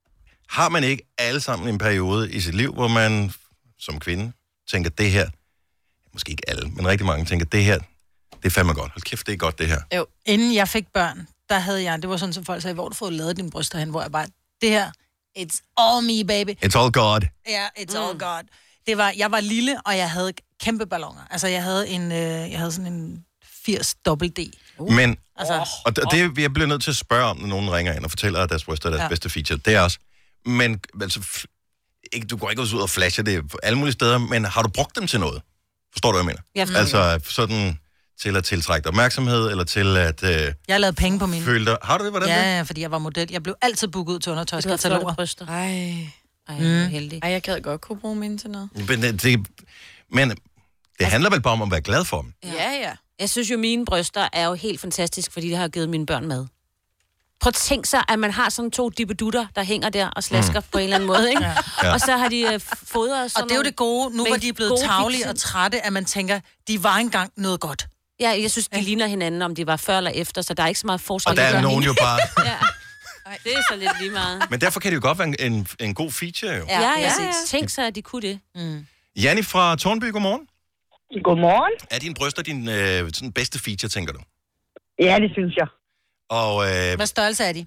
har man ikke alle sammen en periode i sit liv, hvor man som kvinde tænker, det her, måske ikke alle, men rigtig mange tænker, det her, det er fandme godt. Hold kæft, det er godt, det her. Jo, inden jeg fik børn, der havde jeg, det var sådan, som folk sagde, hvor du får lavet dine bryster hen, hvor jeg bare, det her, it's all me, baby. It's all God. Ja, yeah, it's mm. all God. Det var, jeg var lille, og jeg havde kæmpe balloner. Altså, jeg havde en, øh, jeg havde sådan en firs dobbelt D. Uh. Men, altså, og det, jeg bliver nødt til at spørge om, når nogen ringer ind og fortæller, at deres bryster er deres ja. bedste feature. Det er også. Men, altså, ikke, du går ikke ud og flasher det på alle mulige steder, men har du brugt dem til noget? Forstår du, hvad jeg mener? Ja, altså, sådan til at tiltrække opmærksomhed, eller til at... Øh, jeg har lavet penge på mine. Føle dig. Har du det? Hvordan ja, det? Ja, fordi jeg var model. Jeg blev altid booket ud til undertøjskataloger. Bryster. Ej, ej, mm. heldig. Ej, jeg gad godt kunne bruge mine til noget. Men det, det, men det handler vel bare om at være glad for dem? Ja, ja. ja. Jeg synes jo, mine bryster er jo helt fantastisk, fordi det har givet mine børn mad. Prøv at tænke sig, at man har sådan to dippedutter, der hænger der og slasker mm. på en eller anden måde, ikke? Ja. Ja. Og så har de uh, fodret sådan. Og det er jo det gode, nu hvor de er blevet tavlige og trætte, at man tænker, de var engang noget godt. Ja, jeg synes, de ligner hinanden, om de var før eller efter, så der er ikke så meget forskel. Og der er nogen jo bare... ja. Det er så lidt lige meget. Men derfor kan det jo godt være en, en, en god feature, jo. Ja, ja, ja. Tænk sig, at de kunne det. Mm. Janni fra Tornby, godmorgen. Godmorgen. Er dine bryster din øh, sådan bedste feature, tænker du? Ja, det synes jeg. Og, øh... Hvad størrelse er de?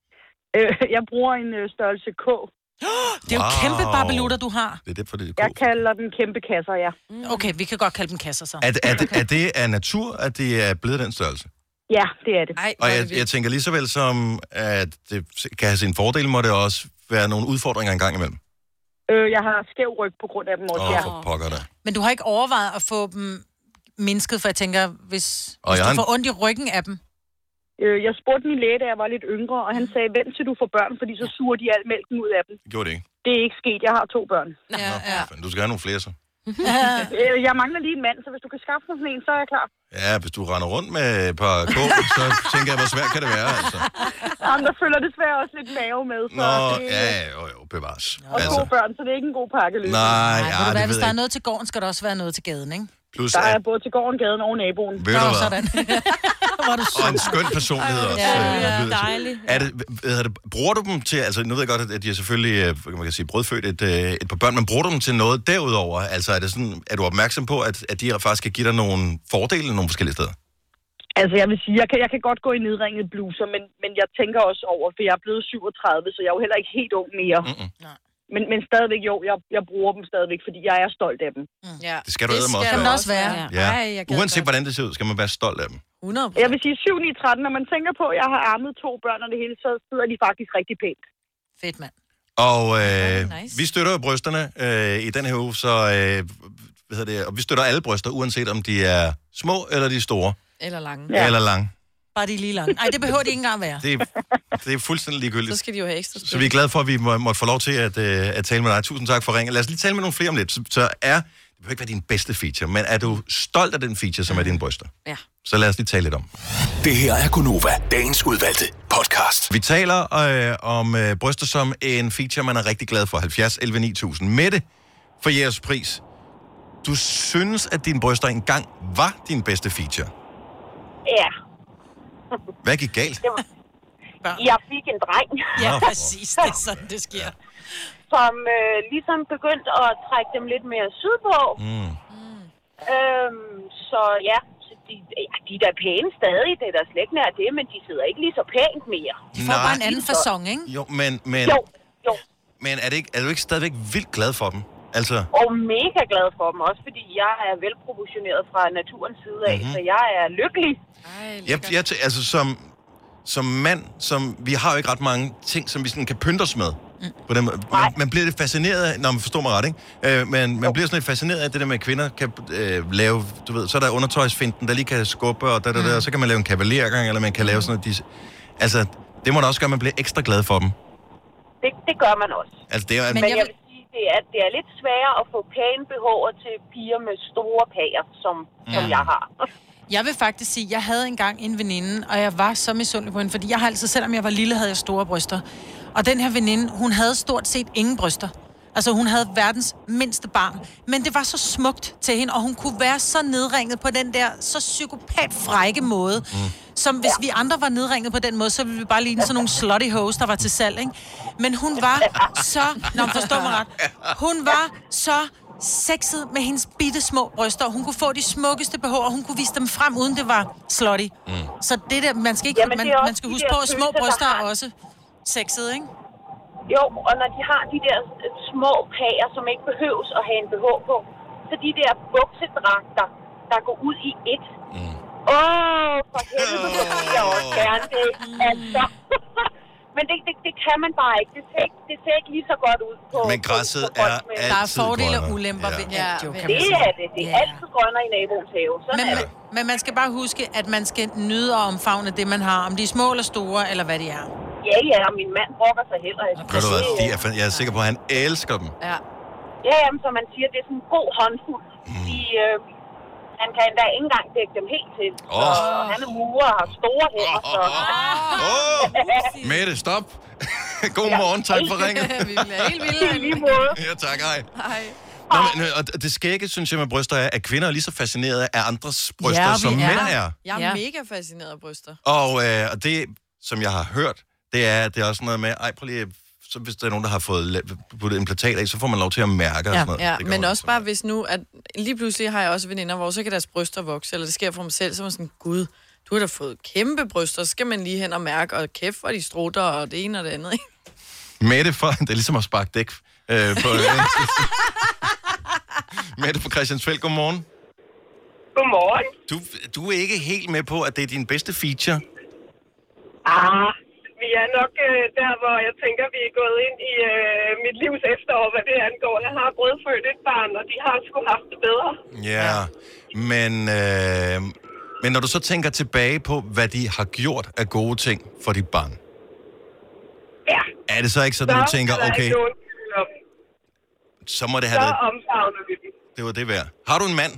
Øh, jeg bruger en øh, størrelse K. Det er jo wow. kæmpe babelutter, du har. Det er det, for det er jeg kalder dem kæmpe kasser, ja. Mm. Okay, vi kan godt kalde dem kasser, så. Er, er, det, er det af natur, at det er blevet den størrelse? Ja, det er det. Ej, og jeg, jeg tænker lige så vel som, at det kan have sin fordel, må det også være nogle udfordringer en gang imellem. Øh, jeg har skæv ryg på grund af dem også, Åh, ja. for pokker da. Men du har ikke overvejet at få dem mindsket, for jeg tænker, hvis, og hvis du en... får ondt i ryggen af dem? Øh, jeg spurgte min læge, da jeg var lidt yngre, og han sagde, vent til du får børn, fordi så suger de al mælken ud af dem. Gjorde det ikke? Det er ikke sket. Jeg har to børn. Ja, ja. Du skal have nogle flere, så. Jeg mangler lige en mand, så hvis du kan skaffe mig sådan en, så er jeg klar. Ja, hvis du render rundt med et par kål, så tænker jeg, hvor svært kan det være, altså. Jamen, der følger desværre også lidt mave med. Så Nå, det... ja, jo, jo, bevares. Og altså. To børn, så det er ikke en god pakkeløsning. Nej, ja, Nej, det hvis ved der jeg. er noget til gården, skal der også være noget til gaden, ikke? Plus, der er at... både til gården, gaden og naboen. Ved du Nå, hvad? sådan. Var du og en skøn personlighed også. Ja, øh, ja, dejligt. Er det, hvad det, bruger du dem til, altså nu ved jeg godt, at de er selvfølgelig, man kan sige, brødfødt et, et par børn, men bruger du dem til noget derudover? Altså er det sådan, er du opmærksom på, at, at de faktisk kan give dig nogle fordele nogle forskellige steder? Altså jeg vil sige, jeg kan, jeg kan godt gå i nedringede bluser, men, men jeg tænker også over, for jeg er blevet syvogtredive, så jeg er jo heller ikke helt ung mere. Mm-mm. Men, men stadigvæk, jo, jeg, jeg bruger dem stadigvæk, fordi jeg er stolt af dem. Mm. Ja. Det skal du det også skal være. også være. Ja. Ja. Uanset hvordan det ser ud, skal man være stolt af dem. hundrede procent. Jeg vil sige syv ni tretten, når man tænker på, at jeg har armet to børn og det hele, så sidder de faktisk rigtig pænt. Fedt, mand. Og øh, nice. vi støtter jo brysterne øh, i den her uge, så øh, hvad hedder det, og vi støtter alle bryster, uanset om de er små eller de er store. Eller lange. Ja. Eller lange. Bare de lige lange. Ej, det behøver de ikke engang være. Det, det er fuldstændig ligegyldigt. Så skal de jo have ekstra spil. Så vi er glade for, at vi må, måtte få lov til at, uh, at tale med dig. Tusind tak for ringen. Lad os lige tale med nogle flere om lidt. Så, så er, det behøver ikke være din bedste feature, men er du stolt af den feature, som er dine bryster? Ja. Så lad os lige tale lidt om. Det her er Gunova, dagens udvalgte podcast. Vi taler øh, om øh, bryster som en feature, man er rigtig glad for. halvfjerds elleve ni tusind. Mette, for jeres pris. Du synes, at dine bryster engang var din bedste feature? Ja. Hvad gik galt? Var... Jeg fik en dreng. Ja, præcis. Det er sådan, det sker. Som øh, ligesom begyndte at trække dem lidt mere sydpå. Mm. Øhm, så ja, så de, ja, de er da pæne stadig. Det er da slet ikke nær det, men de sidder ikke lige så pænt mere. De får Nej. bare en anden facon, ikke? Jo, men... men... Jo, jo. Men er, det ikke, er du ikke stadigvæk vildt glad for dem? Altså... Og mega glad for dem, også fordi jeg er velproportioneret fra naturens side af, mm-hmm. så jeg er lykkelig. Ej, jeg, jeg, altså som, som mand, som, vi har jo ikke ret mange ting, som vi sådan kan pynte os med. Mm. På den, man, man bliver lidt fascineret af, når man forstår mig ret, ikke? Øh, men man jo. bliver sådan lidt fascineret af det der med, at kvinder kan øh, lave, du ved, så er der undertøjsfinten, der lige kan skubbe, og, der, der, der, mm. og så kan man lave en kavalergang, eller man kan lave sådan noget. De, altså, det må da også gøre, at man bliver ekstra glad for dem. Det, det gør man også. Altså, det er, men, men jeg vil sige, det er, det er lidt sværere at få pæne behover til piger med store pager, som, mm. som jeg har. Jeg vil faktisk sige, jeg havde engang en veninde, og jeg var så misundelig på hende, fordi jeg har altid, selvom jeg var lille, havde jeg store bryster. Og den her veninde, hun havde stort set ingen bryster. Altså, hun havde verdens mindste barn. Men det var så smukt til hende, og hun kunne være så nedringet på den der så psykopat-frække måde, mm. som hvis vi andre var nedringet på den måde, så ville vi bare ligne sådan nogle slutty hoes, der var til salg, ikke? Men hun var så... Nå, forstår mig ret. Hun var så sexet med hendes bitte små bryster. Hun kunne få de smukkeste B H'er, og hun kunne vise dem frem, uden det var slutty. Mm. Så det der, man skal ikke... Man, man skal huske på, at små bryster er også sexet, ikke? Jo, og når de har de der små pager, som ikke behøves at have en B H på, så de der buksedragter, der går ud i et. Åh, mm. oh, for helvede, det vil jeg også gerne det. Altså. Men det, det, det kan man bare ikke. Det ser ikke, det ser ikke lige så godt ud på... Men græsset på, på er altid Der er fordele og ulemper ja. ved alt, jo, kan det man sige. er det. Det er ja. altid grønnere i naboens have. Sådan men, er det. Men man skal bare huske, at man skal nyde og omfavne det, man har. Om de er små eller store, eller hvad de er. Ja, ja, og min mand brokker sig heller ikke. Ved du hvad, de er, jeg er sikker på, at han elsker dem. Ja. Ja, jamen, som man siger, det er sådan en god håndfuld. Mm. De, øh, han kan endda ikke engang dække dem helt til. Oh. Og han er murer og har store hænder. Åh, oh, oh, oh. Mette, stop. God morgen, tak for ringet. Vi bliver helt vilde. I lige måde. Ja, tak, hej. Hej. Nå, men, og det skægge, synes jeg, med bryster er, at kvinder er lige så fascineret af andres bryster, Ja, som vi er. mænd er. Jeg er Ja. mega fascineret af bryster. Og, øh, og det, som jeg har hørt, det er, det er også noget med, ej, prøv lige, så hvis der er nogen, der har fået puttet implantat af, så får man lov til at mærke og sådan noget. Ja, det men man også bare hvis nu, at lige pludselig har jeg også veninder, hvor så kan deres bryster vokse, eller det sker for mig selv, så er man sådan, gud, du har da fået kæmpe bryster, så skal man lige hen og mærke, og kæft, hvor de strutter, og det ene og det andet, ikke? Mette, for, det er ligesom at sparke dæk øh, på... Mette fra Christiansfeld, godmorgen. Godmorgen. Du, du er ikke helt med på, at det er din bedste feature? Ah, vi er nok øh, der, hvor jeg tænker, vi er gået ind i øh, mit livs efterår, hvad det angår. Jeg har brødfødt et barn, og de har sgu haft det bedre. Ja, men, øh, men når du så tænker tilbage på, hvad de har gjort af gode ting for dit barn, Ja. er det så ikke sådan, Så du tænker, er der okay, ikke nogen tvivl om. så må det have Så været, omfavner vi dem. det var det værd. Har du en mand?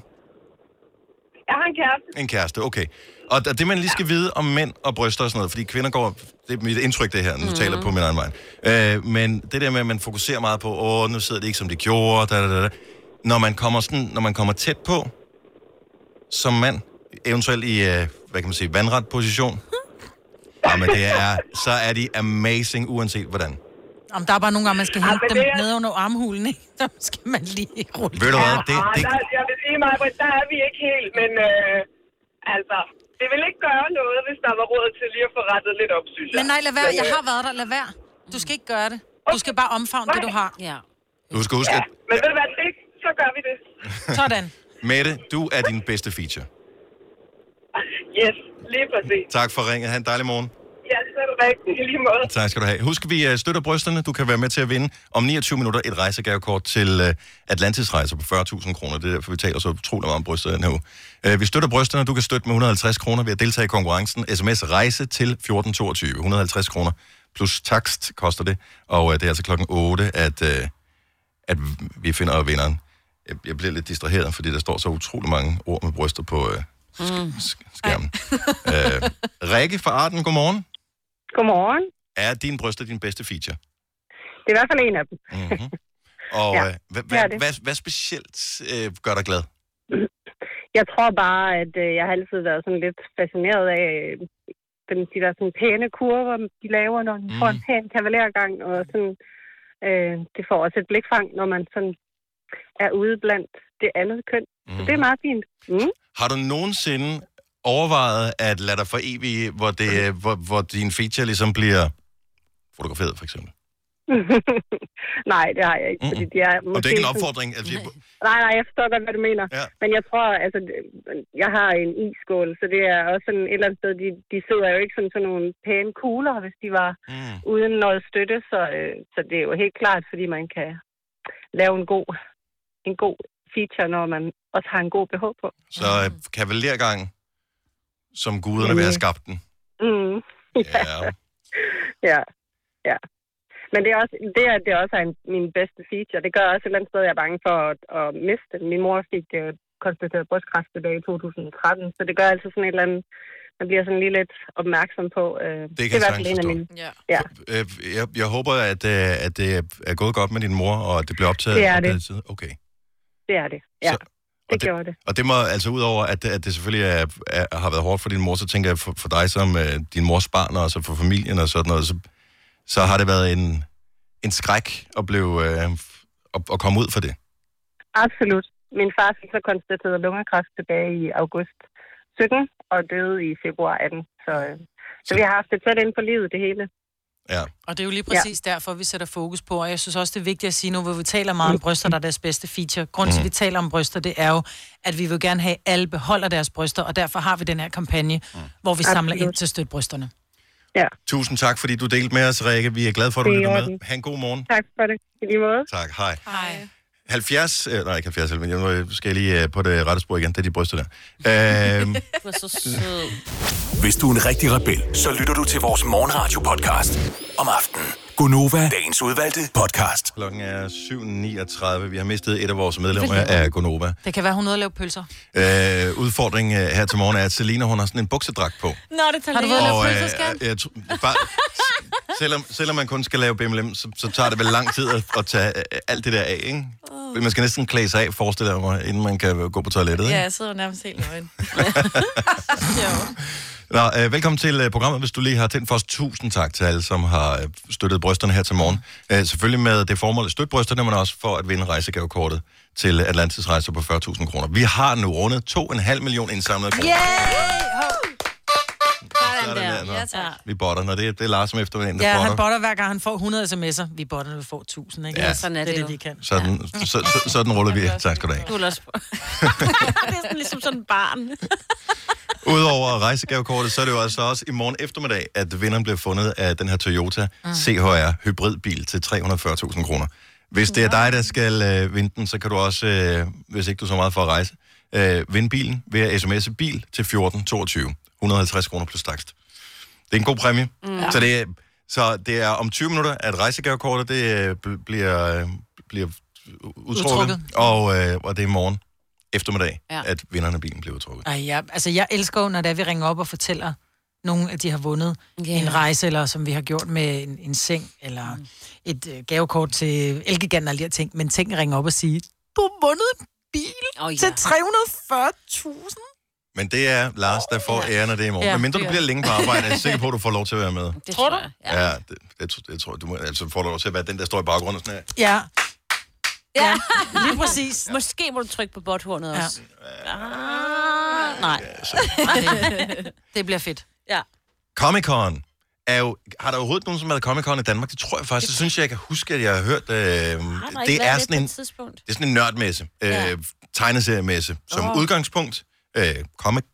Jeg har en kæreste. En kæreste, okay. Og det, man lige skal vide om mænd og bryster og sådan noget, fordi kvinder går, det er mit indtryk det her, nu mm. taler jeg på min egen vej. Øh, men det der med, at man fokuserer meget på, åh, nu sidder det ikke, som det gjorde, da, da, da. Når man kommer sådan, når man kommer tæt på, som mand, eventuelt i, øh, hvad kan man sige, vandret position, jamen det er, så er de amazing, uanset hvordan. Om der er bare nogle gange, man skal hente men dem det er- ned under armhulen, ikke? Så skal man lige rulle. Ved du hvad, det, Og det, der, jeg vil sige mig, der er vi ikke helt, men øh, altså, det vil ikke gøre noget, hvis der var råd til lige at få rettet lidt op, synes jeg. Men nej, lad være. Jeg har været der. Lad være. Du skal ikke gøre det. Du skal bare omfavne det, du har. Ja. du skal huske, Ja, at men ved du hvad, det, så gør vi det. Sådan. Mette, du er din bedste feature. Yes, lige præcis. Tak for ringet. Ha' en dejlig morgen. Ja, så er det rigtigt i lige måde. Tak skal du have. Husk, vi øh, støtter brysterne. Du kan være med til at vinde om niogtyve minutter et rejsegavekort til øh, Atlantis-rejser på fyrre tusind kroner. Det er derfor, vi taler så utrolig meget om bryster den her uge. Øh, vi støtter brysterne. Du kan støtte med et hundrede og halvtreds kroner ved at deltage i konkurrencen. S M S rejse til fjorten toogtyve. et hundrede og halvtreds kroner plus takst koster det. Og øh, det er altså klokken otte, at, øh, at vi finder vinderen. Jeg, jeg bliver lidt distraheret, fordi der står så utrolig mange ord med bryster på øh, sk- sk- skærmen. øh, Rikke fra Arden, godmorgen. Godmorgen. Er din bryster din bedste feature? Det er i hvert fald en af dem. Mm-hmm. Og Ja, øh, hvad, det hvad, er det. hvad, hvad specielt øh, gør dig glad? Jeg tror bare, at øh, jeg har altid været sådan lidt fascineret af øh, den, de der sådan pæne kurver, de laver, når de mm. får en pæn kavalergang. Og sådan, øh, det får også et blikfang, når man sådan er ude blandt det andet køn. Mm. Så det er meget fint. Mm. Har du nogensinde overvejet at lade dig for evigt, hvor, det, hvor, hvor din feature ligesom bliver fotograferet, for eksempel? Nej, det har jeg ikke. Fordi de er Og det er ikke en sådan- opfordring? Altså, Nej, nej, jeg forstår godt, hvad du mener. Ja. Men jeg tror, altså, jeg har en iskål, så det er også sådan et eller andet sted, de, de sidder jo ikke som sådan nogle pæne kugler, hvis de var mm. uden noget støtte, så, øh, så det er jo helt klart, fordi man kan lave en god, en god feature, når man også har en god B H på. Så øh, kavalergang, som guderne vil have skabt den. Mm. Ja. ja, ja. Men det er også, det er, det er også en, min bedste feature. Det gør også et eller andet sted, jeg er bange for at, at miste den. Min mor fik det jo konstateret brystkræft tilbage i to tusind og tretten, så det gør altså sådan et eller andet, man bliver sådan lige lidt opmærksom på. Øh, det kan det jeg sagtens forstå. Ja. Ja. Øh, jeg, jeg håber, at, øh, at det er gået godt med din mor, og at det bliver optaget. Det er det. Okay. Det er det, ja. Så, det, det gjorde det. Og det må, altså udover, at, at det selvfølgelig er, er, har været hårdt for din mor, så tænker jeg for, for dig som uh, din mors barn, og så for familien og sådan noget, så, så har det været en, en skræk at, blive, uh, at, at komme ud for det. Absolut. Min far fik så konstateret lungekræft tilbage i august sytten, og døde i februar atten. Så, så, så vi har haft det tæt ind på livet, det hele. Ja. Og det er jo lige præcis ja. derfor, vi sætter fokus på, og jeg synes også, det er vigtigt at sige nu, hvor vi taler meget om bryster, der er deres bedste feature. Grunden til, at vi taler om bryster, det er jo, at vi vil gerne have, at alle beholder deres bryster, og derfor har vi den her kampagne, mm. hvor vi samler Absolut. ind til at støtte brysterne. Ja. Tusind tak, fordi du delte med os, Rikke. Vi er glade for, at du lytter med. Ha' en god morgen. Tak for det. I lige måde. Tak. Hej. Hej. halvfjerds, øh, nej ikke halvfjerds, men jeg skal lige øh, på det rette spor igen, det er de bryster der. Øh, du er så sød. Hvis du er en rigtig rebel, så lytter du til vores morgenradio-podcast om aftenen. Gonova, dagens udvalgte podcast. Klokken er syv niogtredive. Vi har mistet et af vores medlemmer af Gonova. Det kan være, hun nåede at lave pølser. Øh, udfordringen her til morgen er, at Selina, hun har sådan en buksedragt på. Nå, det tager Har du været at og, lave pølser, skat? Øh, jeg, jeg, bare, selvom, selvom man kun skal lave B M L M, så, så tager det vel lang tid at, at tage øh, alt det der af, ikke? Oh. Man skal næsten klæde sig af, forestiller jeg mig, inden man kan gå på toilettet, ikke? Ja, jeg sidder nærmest helt nøgen. Nå, øh, velkommen til øh, programmet, hvis du lige har tændt for os. Tusind tak til alle, som har øh, støttet brysterne her til morgen. Øh, selvfølgelig med det formål at støtte brysterne, men også for at vinde rejsegavekortet til Atlantis rejser på fyrre tusind kroner. Vi har nu rundet to komma fem millioner indsamlede kroner. Sådan der. der. Ja, tak. Vi botter, når det, det er Lars som efterhånden, der Ja, botter. han botter hver gang, han får hundrede sms'er. Vi botter, når vi får tusind, ikke? Ja, sådan er det det, er det, jo. vi kan. Sådan, ja. så, så, sådan ruller vi. Tak skal du have. Du er også på. Det er sådan ligesom sådan en barn. Udover rejsegavekortet, så er det jo altså også i morgen eftermiddag, at vinderen bliver fundet af den her Toyota mm. C H R hybridbil til tre hundrede og fyrre tusind kroner. Hvis det er dig, der skal øh, vinde den, så kan du også, øh, hvis ikke du er så meget for at rejse, øh, vinde bilen ved at sms'e bil til fjorten toogtyve. et hundrede og halvtreds kroner plus takst. Det er en god præmie. Mm. Så, det er, så det er om tyve minutter, at rejsegavekortet det, øh, bliver, øh, bliver udtrukket, udtrukket. Og, øh, og det er i morgen eftermiddag, ja. at vinderne af bilen bliver udtrukket. Ej, ja, altså jeg elsker jo, når det er, vi ringer op og fortæller nogen, at de har vundet yeah. en rejse, eller som vi har gjort med en, en seng, eller mm. et uh, gavekort til Elgiganten og alle de her ting. Men ting ringer op og siger, du har vundet en bil oh, ja. til tre hundrede og fyrre tusind. Men det er Lars, der får æren af det i morgen. Ja, men mindre du bliver længe på arbejde, er jeg sikker på, at du får lov til at være med. Det tror du? Ja, ja det, det, det tror jeg. Du må, altså får du lov til at være den, der står i baggrunden og sådan her. Ja. Ja, lige præcis. Måske må du trykke på botthornet ja. også. Ah, nej. Det bliver fedt. Ja. Comic-Con er jo... Har der overhovedet nogen, som har været Comic-Con i Danmark? Det tror jeg faktisk. Det synes jeg, jeg kan huske, at jeg har hørt... Øh, har det, er sådan en, det er sådan en nørdmesse. Øh, ja. Tegneseriemesse. Som oh. udgangspunkt. Øh, comic.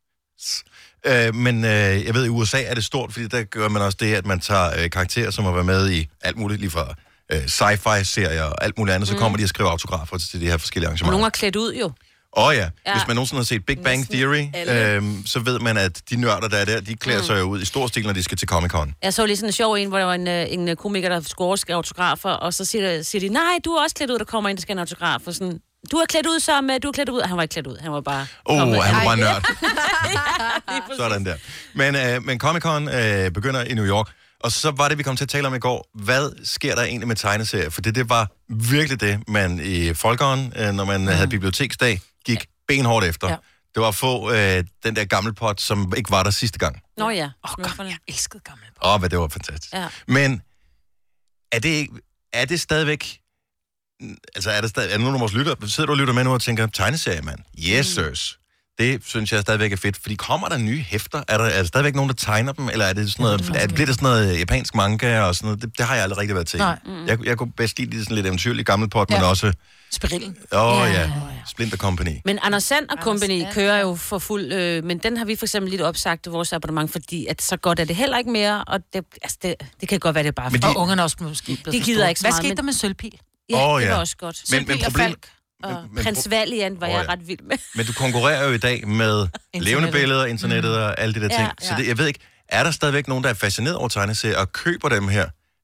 Øh, men øh, jeg ved, i U S A er det stort, fordi der gør man også det, at man tager øh, karakterer, som har været med i alt muligt, lige fra øh, sci-fi-serier og alt muligt andet, mm. så kommer de og skriver autografer til de her forskellige arrangementer. Og nogle er klædt ud, jo. Åh oh, ja. ja, hvis man nogensinde har set Big Bang Theory, øhm, så ved man, at de nørder, der er der, de klæder mm. sig jo ud i stor stil, når de skal til Comic-Con. Jeg så lige sådan en sjov en, hvor der var en, en komiker, der skulle overskrive autografer, og så siger, siger de, nej, du er også klædt ud, der kommer ind, der skal en autograf, og sådan... Du er klædt ud som, du er klædt ud. Han var ikke klædt ud, han var bare... Åh, oh, han var bare nørd. ja, sådan der. Men, øh, men Comic-Con øh, begynder i New York, og så var det, vi kom til at tale om i går. Hvad sker der egentlig med tegneserier? For det, det var virkelig det, man i Folkeren, øh, når man mm. havde biblioteksdag, gik benhårdt efter. Ja. Det var at få øh, den der gammelpot, som ikke var der sidste gang. Nå ja. Åh, oh, jeg elskede gammelpot. Åh, oh, hvad det var fantastisk. Ja. Men er det, er det stadigvæk... Altså, er der, stadig, er der nogen af vores lytter, sidder du og lytter med nu og tænker, tegneserie, mand? Yes, sirs. Det synes jeg stadigvæk er fedt, fordi kommer der nye hæfter? Er der, er der stadigvæk nogen, der tegner dem? Eller er det sådan noget, er det, bliver det sådan noget japansk manga og sådan noget? Det, det har jeg aldrig rigtig været til. Mm. Jeg, jeg kunne bedst lide det sådan lidt eventyrligt gammelpot, ja. Men også... Spirillen. Åh oh, ja. ja, Splinter Company. Men Anders Sand og Company kører jo for fuld, øh, men den har vi for eksempel lidt opsagt i vores abonnement, fordi at så godt er det heller ikke mere, og det, altså det, det kan godt være, det er bare... De, og ungerne også måske de gider ikke så meget. Hvad skete der med Sølvpil? Ja, oh, det ja. var også godt. Men, men problem... Og men, men, Prins Valiant var oh, ja. jeg ret vild med. Men du konkurrerer jo i dag med levende billeder, internettet mm. og alle de der ting. Ja, ja. Så det, jeg ved ikke, er der stadigvæk nogen, der er fascineret over tegneserier og køber dem her?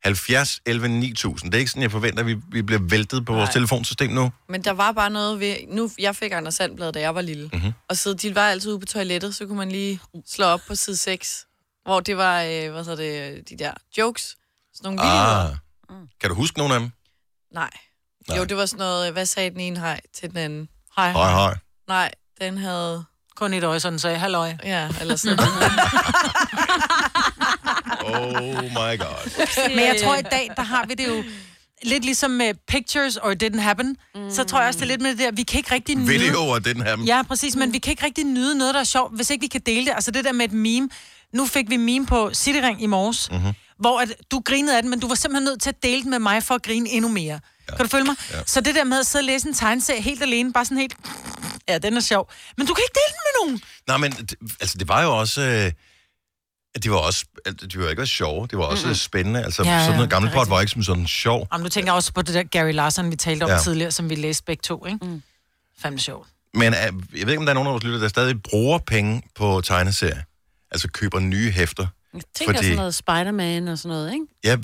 halvfjerds elleve ni tusind. Det er ikke sådan, jeg forventer, at vi, vi bliver væltet på Nej. vores telefonsystem nu. Men der var bare noget ved... Nu, jeg fik Anders Sandblad, da jeg var lille. Mm-hmm. Og så de var altid ude på toilettet, så kunne man lige slå op på side seks, hvor det var, øh, hvad så det, de der jokes. Sådan nogle ah. videoer. Mm. Kan du huske nogle af dem? Nej. Nej. Jo, det var sådan noget, hvad sagde den ene hej til den anden? Hej, hej. hej. Nej, den havde... Kun et øje, sådan sagde halløj. Ja, eller sådan Oh my god. Men jeg tror, i dag, der har vi det jo lidt ligesom med pictures or it didn't happen. Mm. Så tror jeg også, det er lidt med det der, vi kan ikke rigtig nyde... Video or didn't happen. Ja, præcis, men vi kan ikke rigtig nyde noget, der er sjovt, hvis ikke vi kan dele det. Altså det der med et meme. Nu fik vi meme på Cityring i morges, mm-hmm. hvor at du grinede af den, men du var simpelthen nødt til at dele den med mig for at grine endnu mere. Ja. Kan du følge mig? Ja. Så det der med at sidde og læse en tegneserie helt alene, bare sådan helt... Ja, den er sjov. Men du kan ikke dele den med nogen. Nej, men altså, det var jo også... Øh, det var også... Det var ikke også sjove. Det var også mm-hmm. spændende. Altså, ja, ja, sådan noget gammelt plot var ikke som sådan sjov. Jamen, du tænker også på det der Gary Larson, vi talte om ja. tidligere, som vi læste begge to, ikke? Mm. Fandme sjovt. Men jeg ved ikke, om der er nogen af vores lytter, der stadig bruger penge på tegneserier. Altså køber nye hæfter. Jeg tænker fordi... sådan noget Spider-Man og sådan noget, ikke? Ja,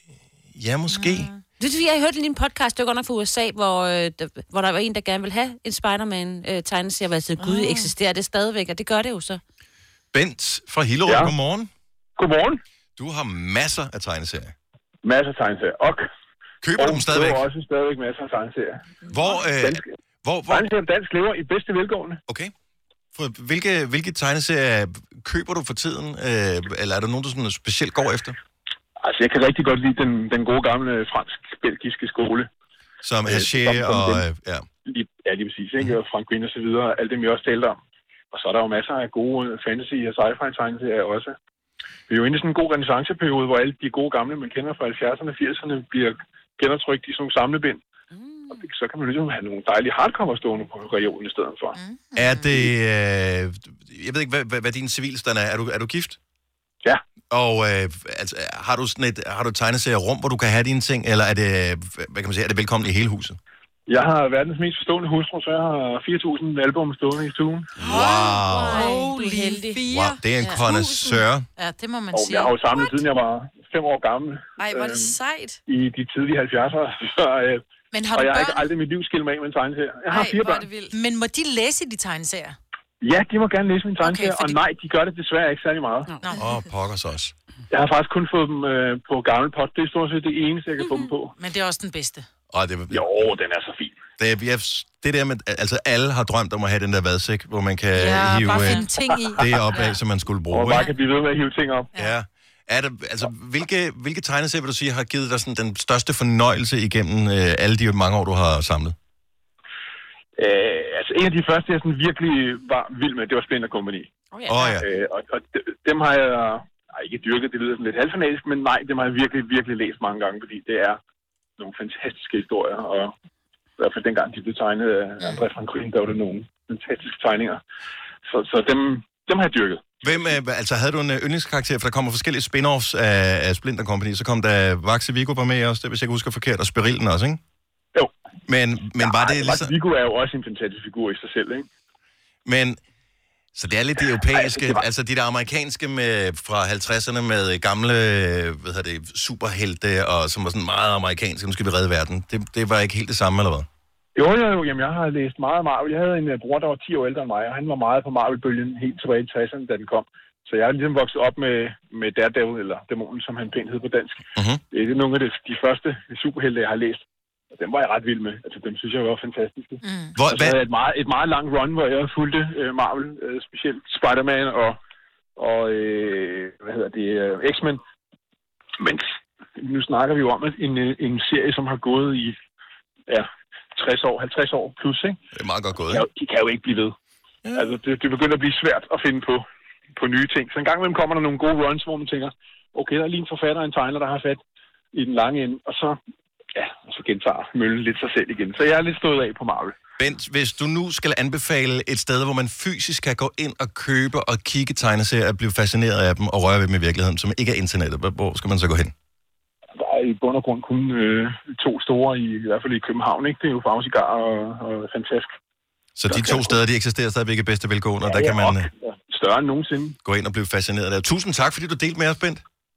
ja måske. Mm. Det jeg har hørt lige en podcast, det var godt nok fra U S A, hvor, øh, der, hvor der var en, der gerne ville have en Spider-Man-tegneserie, hvor jeg sagde, gud, eksisterer det stadigvæk, og det gør det jo så. Bent fra Hillerød, ja. Godmorgen. Godmorgen. Du har masser af tegneserier. Masser af tegneserier. Og køber og du dem stadigvæk? Og også stadigvæk masser af tegneserier. Hvor... Øh, dansk, hvor, hvor... Tegneserier om dansk lever i bedste velgående. Okay. For hvilke, hvilke tegneserier køber du for tiden? Øh, eller er der nogen, du sådan specielt går efter? Altså, jeg kan rigtig godt lide den, den gode gamle fransk-belgiske skole. Som Haché og... Øh, ja. ja, lige præcis. Ikke? Og Frank Quinn og så videre. Alt det, vi også talte om. Og så er der jo masser af gode fantasy- og sci-fi-tegneserier også. Vi er jo inde i sådan en god renaissanceperiode, hvor alle de gode gamle, man kender fra halvfjerdserne og firserne, bliver genoptrykt i sådan nogle samlebind. Mm. Og så kan man ligesom have nogle dejlige hardcover stående på regionen i stedet for. Mm. Er det... Øh, jeg ved ikke, hvad, hvad, hvad din civilstand er. Er du, er du gift? Ja. Og øh, altså, har du sådan et, har du et tegneserierum, hvor du kan have dine ting, eller er det, hvad kan man sige, er det velkommen i hele huset? Jeg har verdens mest forstående hustru, så jeg har fire tusind album stående i stuen. Wow. Holy heldig. Wow, det er en connoisseur. Ja, det må man og sige. Jeg har jo samlet, siden jeg var fem år gammel. Ej, hvor er det sejt. I de tidlige halvfjerdser. Så, øh, Men har og du jeg børn? har ikke aldrig i mit liv skilt mig af med en tegneserie. Jeg har Ej, fire børn. Men må de læse de tegneserier? Ja, de må gerne læse mine tegneserier, okay, fordi... og nej, de gør det desværre ikke særlig meget. Åh, oh, pokkers også. Jeg har faktisk kun fået dem øh, på gammel pot. Det er stort set det eneste, jeg kan mm-hmm. få dem på. Men det er også den bedste. Oh, det... Jo, den er så fin. Det, jeg, det der med, altså alle har drømt om at have den der vadsæk, hvor man kan ja, hive bare finde ting i. det op af, som man skulle bruge. Og bare kan blive ved med at hive ting op. Ja. ja. Er der, altså, hvilke, hvilke tegneserier vil du sige har givet dig sådan den største fornøjelse igennem øh, alle de mange år, du har samlet? Øh, altså en af de første, jeg sådan virkelig var vild med, det var Splinter Company. Oh, ja. Oh, ja. Øh, og, og dem har jeg ej, ikke dyrket, det lyder sådan lidt halvfanatisk, men nej, dem har jeg virkelig, virkelig læst mange gange, fordi det er nogle fantastiske historier, og i hvert fald dengang de blev tegnet af André Frank Quinn, der var det nogle fantastiske tegninger. Så, så dem, dem har jeg dyrket. Hvem, altså havde du en yndlingskarakter, for der kommer forskellige spin-offs af, af Splinter Company, så kom der Vaxe Viggo var med også, det hvis jeg ikke husker forkert, og Spirillen også, ikke? Jo. Men, men ja, var det ligesom... Vaxe Viggo er jo også en fantastisk figur i sig selv, ikke? Men, så det er lidt det europæiske, Ej, det var... altså de der amerikanske med, fra halvtredserne med gamle, hvad hedder det, superhelte, og som var sådan meget amerikanske, nu skal vi redde verden. Det, det var ikke helt det samme, eller hvad? Jo, jo, jo. Jamen, jeg har læst meget Marvel. Jeg havde en uh, bror, der var ti år ældre end mig, og han var meget på Marvel-bølgen helt tilbage i tresserne, da den kom. Så jeg er ligesom vokset op med, med Daredevil, eller Dæmonen, som han pænt hed på dansk. Uh-huh. Det er nogle af de, de første superhelte, jeg har læst. Og dem var jeg ret vild med. Altså, dem synes jeg var fantastiske. Mm. Hvor, og så havde jeg et meget, et meget langt run, hvor jeg fulgte uh, Marvel, uh, specielt Spider-Man og, og uh, hvad hedder det, uh, X-Men. Men nu snakker vi jo om en, en serie, som har gået i ja, tres år, halvtreds år plus, ikke? Det er meget godt gået, ikke? De kan jo ikke blive ved. Ja. Altså, det, det begynder at blive svært at finde på, på nye ting. Så en gang imellem kommer der nogle gode runs, hvor man tænker, okay, der er lige en forfatter og en tegner, der har fat i den lange ende, og så, ja, og så gentager møllen lidt sig selv igen. Så jeg er lidt stået af på Marvel. Bent, hvis du nu skal anbefale et sted, hvor man fysisk kan gå ind og købe og kigge tegneserier og blive fascineret af dem og røre ved dem i virkeligheden, som ikke er internettet, hvor skal man så gå hen? Der er i bund og grund kun øh, to store, i, i hvert fald i København, ikke? Det er jo Farve Cigar og, og Fantask. Så de to steder, de eksisterer stadigvæk i bedste velgående, og ja, der kan man ja, større end nogensinde gå ind og blive fascineret af. Tusind tak, fordi du delte med os, Bent.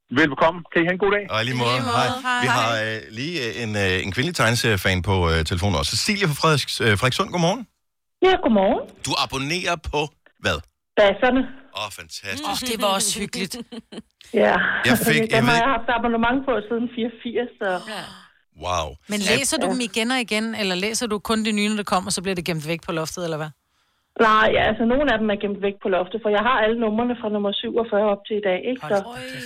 Velbekomme. Kan I have en god dag? Og i lige måde. Hej. Vi har øh, lige øh, en, øh, en kvindelig tegneseriefan på øh, telefonen også. Cecilie fra Frederiks, øh, Frederikssund, godmorgen. Ja, godmorgen. Du abonnerer på hvad? Basserne. Åh, oh, fantastisk. Åh, oh, det var også hyggeligt. Ja, jeg fik, dem jeg har ved... jeg haft abonnement på siden fireogfirs, så... Ja. Wow. Men læser du dem igen og igen, eller læser du kun de nye, når det kommer, og så bliver det gemt væk på loftet, eller hvad? Nej, ja, altså nogle af dem er gemt væk på loftet, for jeg har alle numrene fra nummer syvogfyrre op til i dag, ikke? Så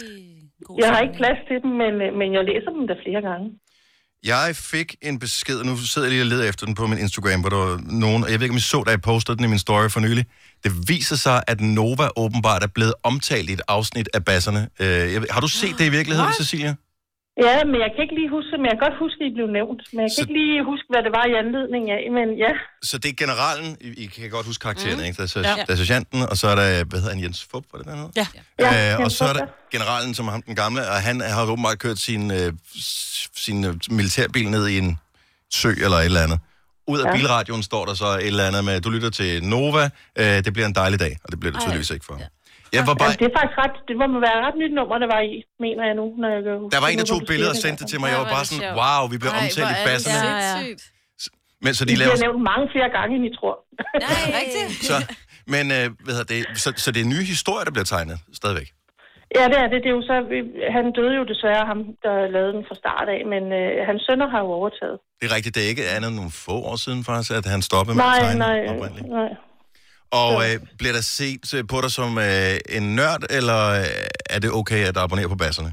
jeg har ikke plads til dem, men, men jeg læser dem der flere gange. Jeg fik en besked, nu sidder jeg lige og leder efter den på min Instagram, hvor der var nogen, og jeg ved ikke, om I så, da jeg postede den i min story for nylig. Det viser sig, at Nova åbenbart er blevet omtalt i et afsnit af basserne. Uh, har du set det i virkeligheden, What? Cecilia? Ja, men jeg kan ikke lige huske, men jeg kan godt huske, at I blev nævnt. Men jeg kan så... ikke lige huske, hvad det var i anledning af, men ja. Så det er generalen, I, I kan godt huske karakteren, mm. ikke? Der er, ja. der er sergeanten, og så er der, hvad hedder han, Jens Fup, var det der noget? Ja. ja øh, og så er der generalen, som er ham den gamle, og han har åbenbart kørt sin, øh, sin øh, militærbil ned i en sø eller et eller andet. Ud af ja. bilradioen står der så et eller andet med, du lytter til Nova, øh, det bliver en dejlig dag, og det bliver det tydeligvis ikke for. Ja. Jeg var bare... altså, det er faktisk ret, det må være ret nyt nummer, der var i, mener jeg nu, når jeg går. Der var en af to billeder, der sendte det til mig, jeg var bare sådan, wow, vi bliver omtalt i basserne. Ja, ja. Men så de de laver... bliver nævnt mange flere gange, end I tror. Nej, rigtigt. Så, men øh, hvad hedder det, så, så det er nye historier, der bliver tegnet, stadigvæk? Ja, det er det. Det er jo så, han døde jo desværre, ham, der lavede den fra start af, men øh, hans sønner har jo overtaget. Det er rigtigt, det er ikke andet end nogle få år siden faktisk, at han stoppede med nej, at tegne nej, oprindeligt. Nej, Og øh, bliver der set på dig som øh, en nørd, eller øh, er det okay at abonnere på basserne?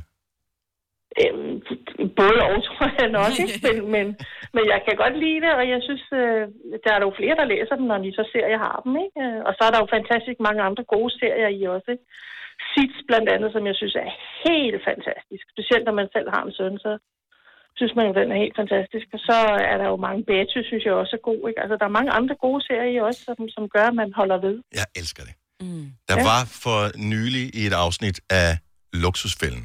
Øhm, både og, tror jeg nok, ikke? Men, men, men jeg kan godt lide det, og jeg synes, øh, der er jo flere, der læser dem, når de så ser, at jeg har dem, ikke? Og så er der jo fantastisk mange andre gode serier i også, ikke? Sits blandt andet, som jeg synes er helt fantastisk. Specielt når man selv har en søn, så synes man jo, den er helt fantastisk. Og så er der jo mange Betty, synes jeg også er god, ikke? Altså, der er mange andre gode serier også, som, som gør, at man holder ved. Jeg elsker det. Mm. Der ja. var for nylig i et afsnit af Luksusfælden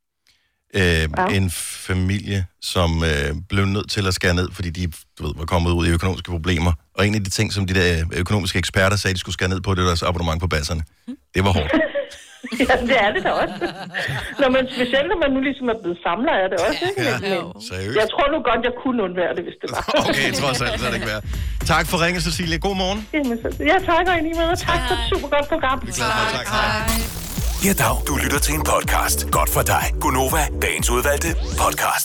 øh, ja. en familie, som øh, blev nødt til at skære ned, fordi de du ved, var kommet ud i økonomiske problemer. Og en af de ting, som de der økonomiske eksperter sagde, de skulle skære ned på, det var deres abonnement på basserne. Mm. Det var hårdt. Ja, det er det da også. Når man, specielt når man nu ligesom er blevet samler, er det også, ikke? Ja, men, seriøst. Jeg tror nu godt, jeg kunne undvære det, hvis det var. Okay, trods alt, så er det ikke værd. Tak for ringen, Cecilie. God morgen. Jamen, så, ja, tak og i lige måde. Tak for et super godt program. Vi glæder mig. Tak. Hej. Ja, dag. Du lytter til en podcast. Godt for dig. Gonova, dagens udvalgte podcast.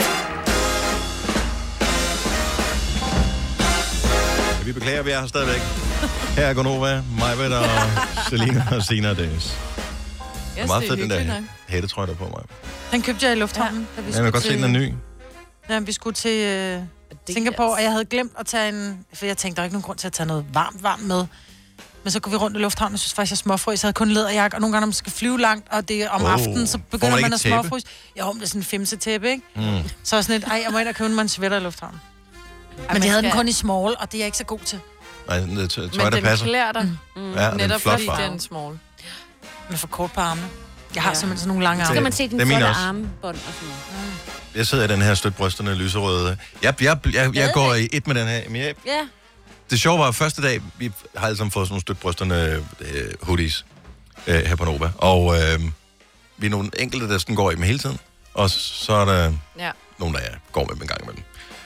Vi beklager, vi er her stadigvæk. Her er Gonova, Majbet og Selina og Sina og Dennis. Det er meget fedt, den der hættetrøje, der på mig. Den købte jeg i lufthavnen. Ja, ja jeg kan godt se, den er ny. Ja, vi skulle til uh, Singapore, og jeg havde glemt at tage en... For jeg tænkte, der er ikke nogen grund til at tage noget varmt, varmt med. Men så går vi rundt i lufthavnen, og synes faktisk, jeg småfrøs. Jeg havde kun læderjakke, og nogle gange, når man skal flyve langt, og det er om oh, aftenen, så begynder man, man at småfrys. Jo, det er sådan en femse-tæppe, ikke? Mm. Så sådan et, ej, jeg må ind og købe en sweater i lufthavnen. Men de havde skal... den kun i small, og det er jeg ikke så god til. Nej, det tøj, der passer. Men den klæder dig. Mm. Mm. Ja, netop fordi den er small. Men for kort på armene. Jeg har ja. simpelthen sådan nogle lange arme. Så kan man se den flotte armbånd og sådan noget. Mm. Jeg sidder i den her støtbrysterne lyserøde. Jeg, jeg, jeg, jeg går i et med den her. Men jeg, ja. Det sjove var, første dag, vi har alle sammen fået sådan nogle støtbrysterne øh, hoodies øh, her på Nova. Og øh, vi er nogle enkelte, der sådan går i dem hele tiden. Og så er der ja. nogle, der går med dem en gang imellem.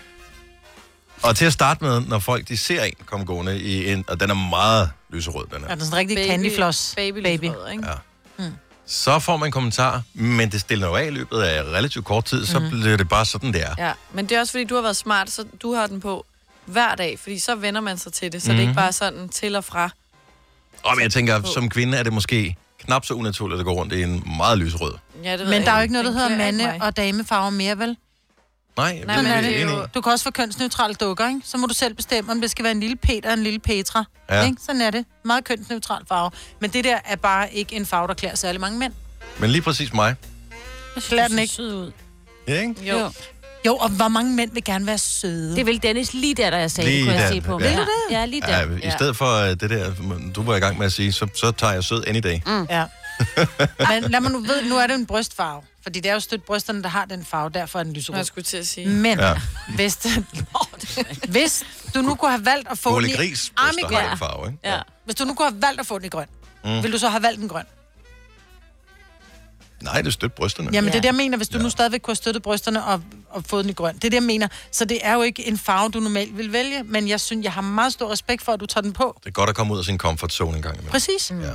Og til at starte med, når folk de ser en komme gående i en, og den er meget lyserød, den her. Ja, den er sådan rigtig candyfloss baby. baby. Rød, ikke? Ja. Mm. Så får man en kommentar, men det stiller jo af i løbet af relativt kort tid, så mm. bliver det bare sådan, det er. Ja, men det er også fordi, du har været smart, så du har den på hver dag, fordi så vender man sig til det, så mm. det er ikke bare sådan til og fra. Og men jeg tænker, som kvinde er det måske knap så unaturligt at gå rundt i en meget lysrød. Ja, det men der er jo ikke noget, der hedder mande- og damefarver mere, vel? Nej, Nej, men det er jo... Du kan også få kønsneutrale dukker, ikke? Så må du selv bestemme, om det skal være en lille Peter og en lille Petra. Ja. Ikke? Sådan er det. Meget kønsneutral farve. Men det der er bare ikke en farve, der klæder særlig mange mænd. Men lige præcis mig. Jeg klæder den ikke. Sød ud. Ja, ikke? Jo. Jo, og hvor mange mænd vil gerne være søde? Det vil Dennis lige der, da jeg sagde, lige det kunne der. jeg se på. Ja. Vil du det? Ja, lige der. Ja, i stedet for det der, du var i gang med at sige, så, så tager jeg sød any day. Mm. Ja. Men lad mig nu ved, nu er det en brystfarve. Fordi det er jo stødt brysterne, der har den farve, derfor er den lyserød. Jeg skulle til at sige. Men ja. hvis, hvis du nu kunne have valgt at få den i... Gris bryster farve, ikke? Ja. Hvis du nu kunne have valgt at få den i grøn, mm. vil du så have valgt den grøn? Nej, det er støtte brysterne. Jamen, ja. det er det, jeg mener. Hvis du ja. nu stadigvæk kunne have støttet brysterne og, og fået den i grøn. Det er det, jeg mener. Så det er jo ikke en farve, du normalt vil vælge, men jeg synes, jeg har meget stor respekt for, at du tager den på. Det er godt at komme ud af sin comfort zone en gang imellem. Præcis. Ja.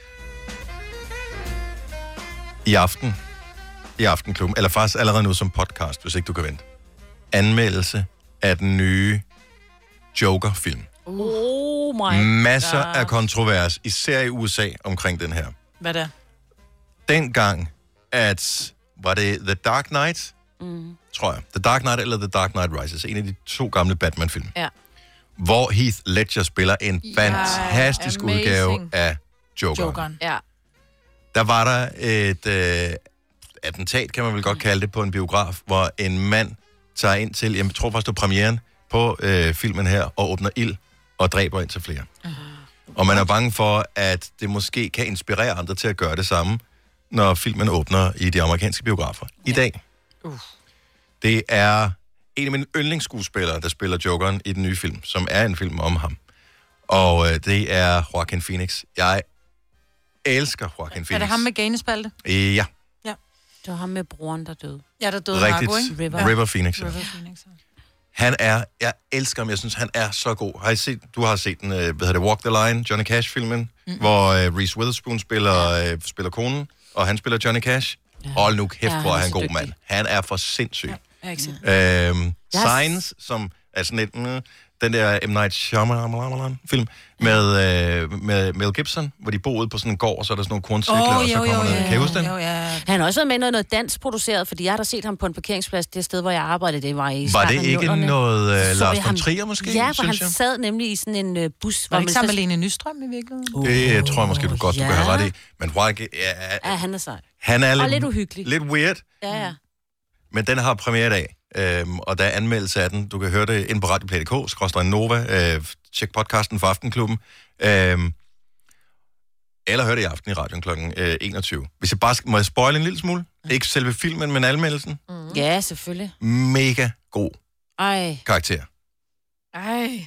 I aften, i Aftenklubben, eller faktisk allerede nu som podcast, hvis ikke du kan vente. Anmeldelse af den nye Joker-film. Oh my Masser God. af kontrovers, især i U S A, omkring den her. Hvad der? Dengang, at... Var det The Dark Knight? Mm. Tror jeg. The Dark Knight eller The Dark Knight Rises. En af de to gamle Batman-film. Ja. Hvor Heath Ledger spiller en fantastisk amazing. udgave af Joker. Jokeren. Ja. Der var der et øh, attentat, kan man vel godt kalde det, på en biograf, hvor en mand tager ind til, jeg tror faktisk det var premieren på øh, filmen her, og åbner ild og dræber ind til flere. Uh-huh. Og man er bange for, at det måske kan inspirere andre til at gøre det samme, når filmen åbner i de amerikanske biografer. I ja. dag. Uh. Det er en af mine yndlingsskuespillere, der spiller Jokeren i den nye film, som er en film om ham. Og øh, det er Joaquin Phoenix. Jeg elsker Joaquin Phoenix. Er det ham med ganespalte? Ja. Ja. Det var ham med broren, der døde. Ja, der døde Rigtigt. Marco, ikke? River, River Phoenix. Ja. River Phoenix, ja. Han er, jeg elsker ham, jeg synes, han er så god. Har I set, du har set den, øh, hvad hedder det, Walk the Line, Johnny Cash-filmen, mm. hvor øh, Reese Witherspoon spiller, øh, spiller konen, og han spiller Johnny Cash. Ja. Hold nu kæft, ja, hvor er han er god dygtig. mand. Han er for sindssyg. Ja, ikke øhm, Signs, som er sådan lidt, mm, den der M. Night Shyamalan-film, med, øh, med Mel Gibson, hvor de bor ude på sådan en gård, og så er der sådan nogle korncirkler, oh, og så jo, kommer jo, der... jo, Kan I huske den? jo, ja. Han har også været med i noget, noget dansk produceret, fordi jeg har da set ham på en parkeringsplads, det sted, hvor jeg arbejdede, det var i Var det ikke nullerne. noget uh, Så Lars jeg von ham- Trier måske, Ja, for synes han jeg? sad nemlig i sådan en uh, bus. Var det man ikke sammen med så- Lene Nystrøm i virkeligheden? Uh, Det tror jeg måske, du godt, du ja. kan have ret i. Men Joaquin, ja, Ja, han er sej. han er Og lidt, lidt uhyggelig. lidt weird, Ja, ja. men den har premiere i dag. Øhm, og der er anmeldelse af den. Du kan høre det ind på radioplay punktum d k, skråstreg Nova. Øh, tjek podcasten for Aftenklubben. Øhm, eller hør det i aften i radioen klokken øh, enogtyve. Hvis jeg bare skal, må jeg spoile en lille smule? Mm. Ikke selve filmen, men anmeldelsen. Mm. Ja, selvfølgelig. Mega god Ej. karakter. Ej.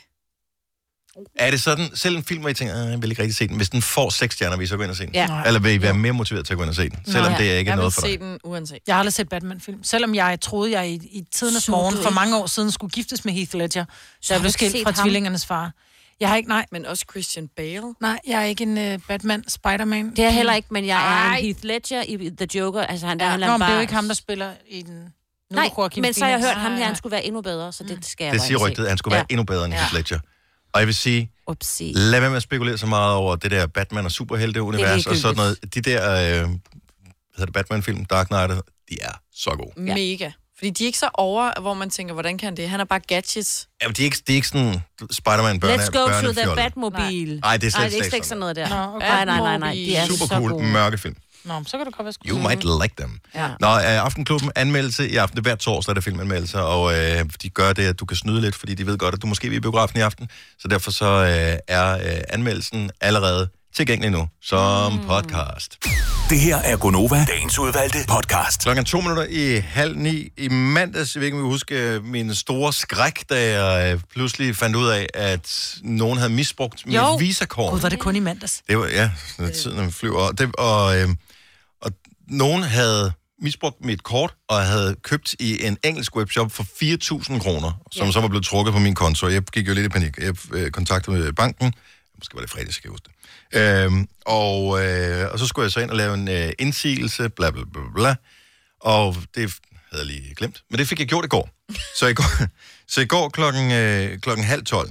Er det sådan, selv en film, hvor I tænker, "Ah, jeg vil ikke rigtig se den, hvis den får seks stjerner, vil I så gå ind og se den? Ja. Eller vil I være mere motiveret til at gå ind og se den? Selvom Nej. det er ikke Jeg vil noget for dig. se den uanset. Jeg har aldrig set Batman-film. Selvom jeg troede, jeg i, i tidernes Så morgen du for ikke? mange år siden skulle giftes med Heath Ledger, så har jeg blev du skilt set fra ham? tvillingernes far. Jeg har ikke, nej, Men også Christian Bale. nej, jeg er ikke en uh, Batman, Spider-Man. Det er jeg heller ikke, men jeg er Ej. en Heath Ledger i The Joker. Altså, han, der, han Nå, men det er jo ikke ham, der spiller i den. Nu Nej, er Joaquin men så har jeg Phoenix. hørt ham her, han skulle være endnu bedre, så det skal jeg Det bare siger ikke rygtet, se. at han skulle være Ja. endnu bedre end Ja. Heath Ledger. Og jeg vil sige, Upsi. lad være med at spekulere så meget over det der Batman- og superhelte-univers, og sådan noget. De der, øh, hvad hedder det, Batman-film, Dark Knight, de er så gode. Ja. Mega. Fordi de er ikke så over, hvor man tænker, hvordan kan det? Han er bare gadgets. Ja, men de er ikke, de er ikke sådan Spider-Man børne, Let's go to the børnefjolle. Batmobile. Nej, det er slet, Nej, det er slet ikke sådan noget der. Nå, okay. Nej, nej, nej, nej. De er Super så cool, gode. mørke film. Nå, så kan du godt være sgu. You might like them. Ja. Nå, uh, Aftenklubben anmeldelse i aften. Hver torsdag er der filmanmeldelser, og uh, de gør det, at du kan snyde lidt, fordi de ved godt, at du måske vil i biografen i aften. Så derfor så uh, er uh, anmeldelsen allerede tilgængelig nu som mm. podcast. Det her er Gonova, dagens udvalgte podcast. Klokken to minutter i halv ni i mandags. Jeg ved ikke, om I husker min store skræk, da jeg uh, pludselig fandt ud af, at nogen havde misbrugt mit Jo. visakort. Gud, var det kun i mandags? Det var, ja, når tiden flyver. Og, det, og, øh, og nogen havde misbrugt mit kort, og havde købt i en engelsk webshop for fire tusind kroner, som ja. så var blevet trukket på min konto. Jeg gik jo lidt i panik. Jeg øh, kontaktede med banken. Måske var det fredag, skal jeg huske det. Øhm, og, øh, og så skulle jeg så ind og lave en øh, indsigelse, bla bla bla bla. Og det havde jeg lige glemt. Men det fik jeg gjort i går. Så i går, så i går klokken, øh, klokken halv tolv,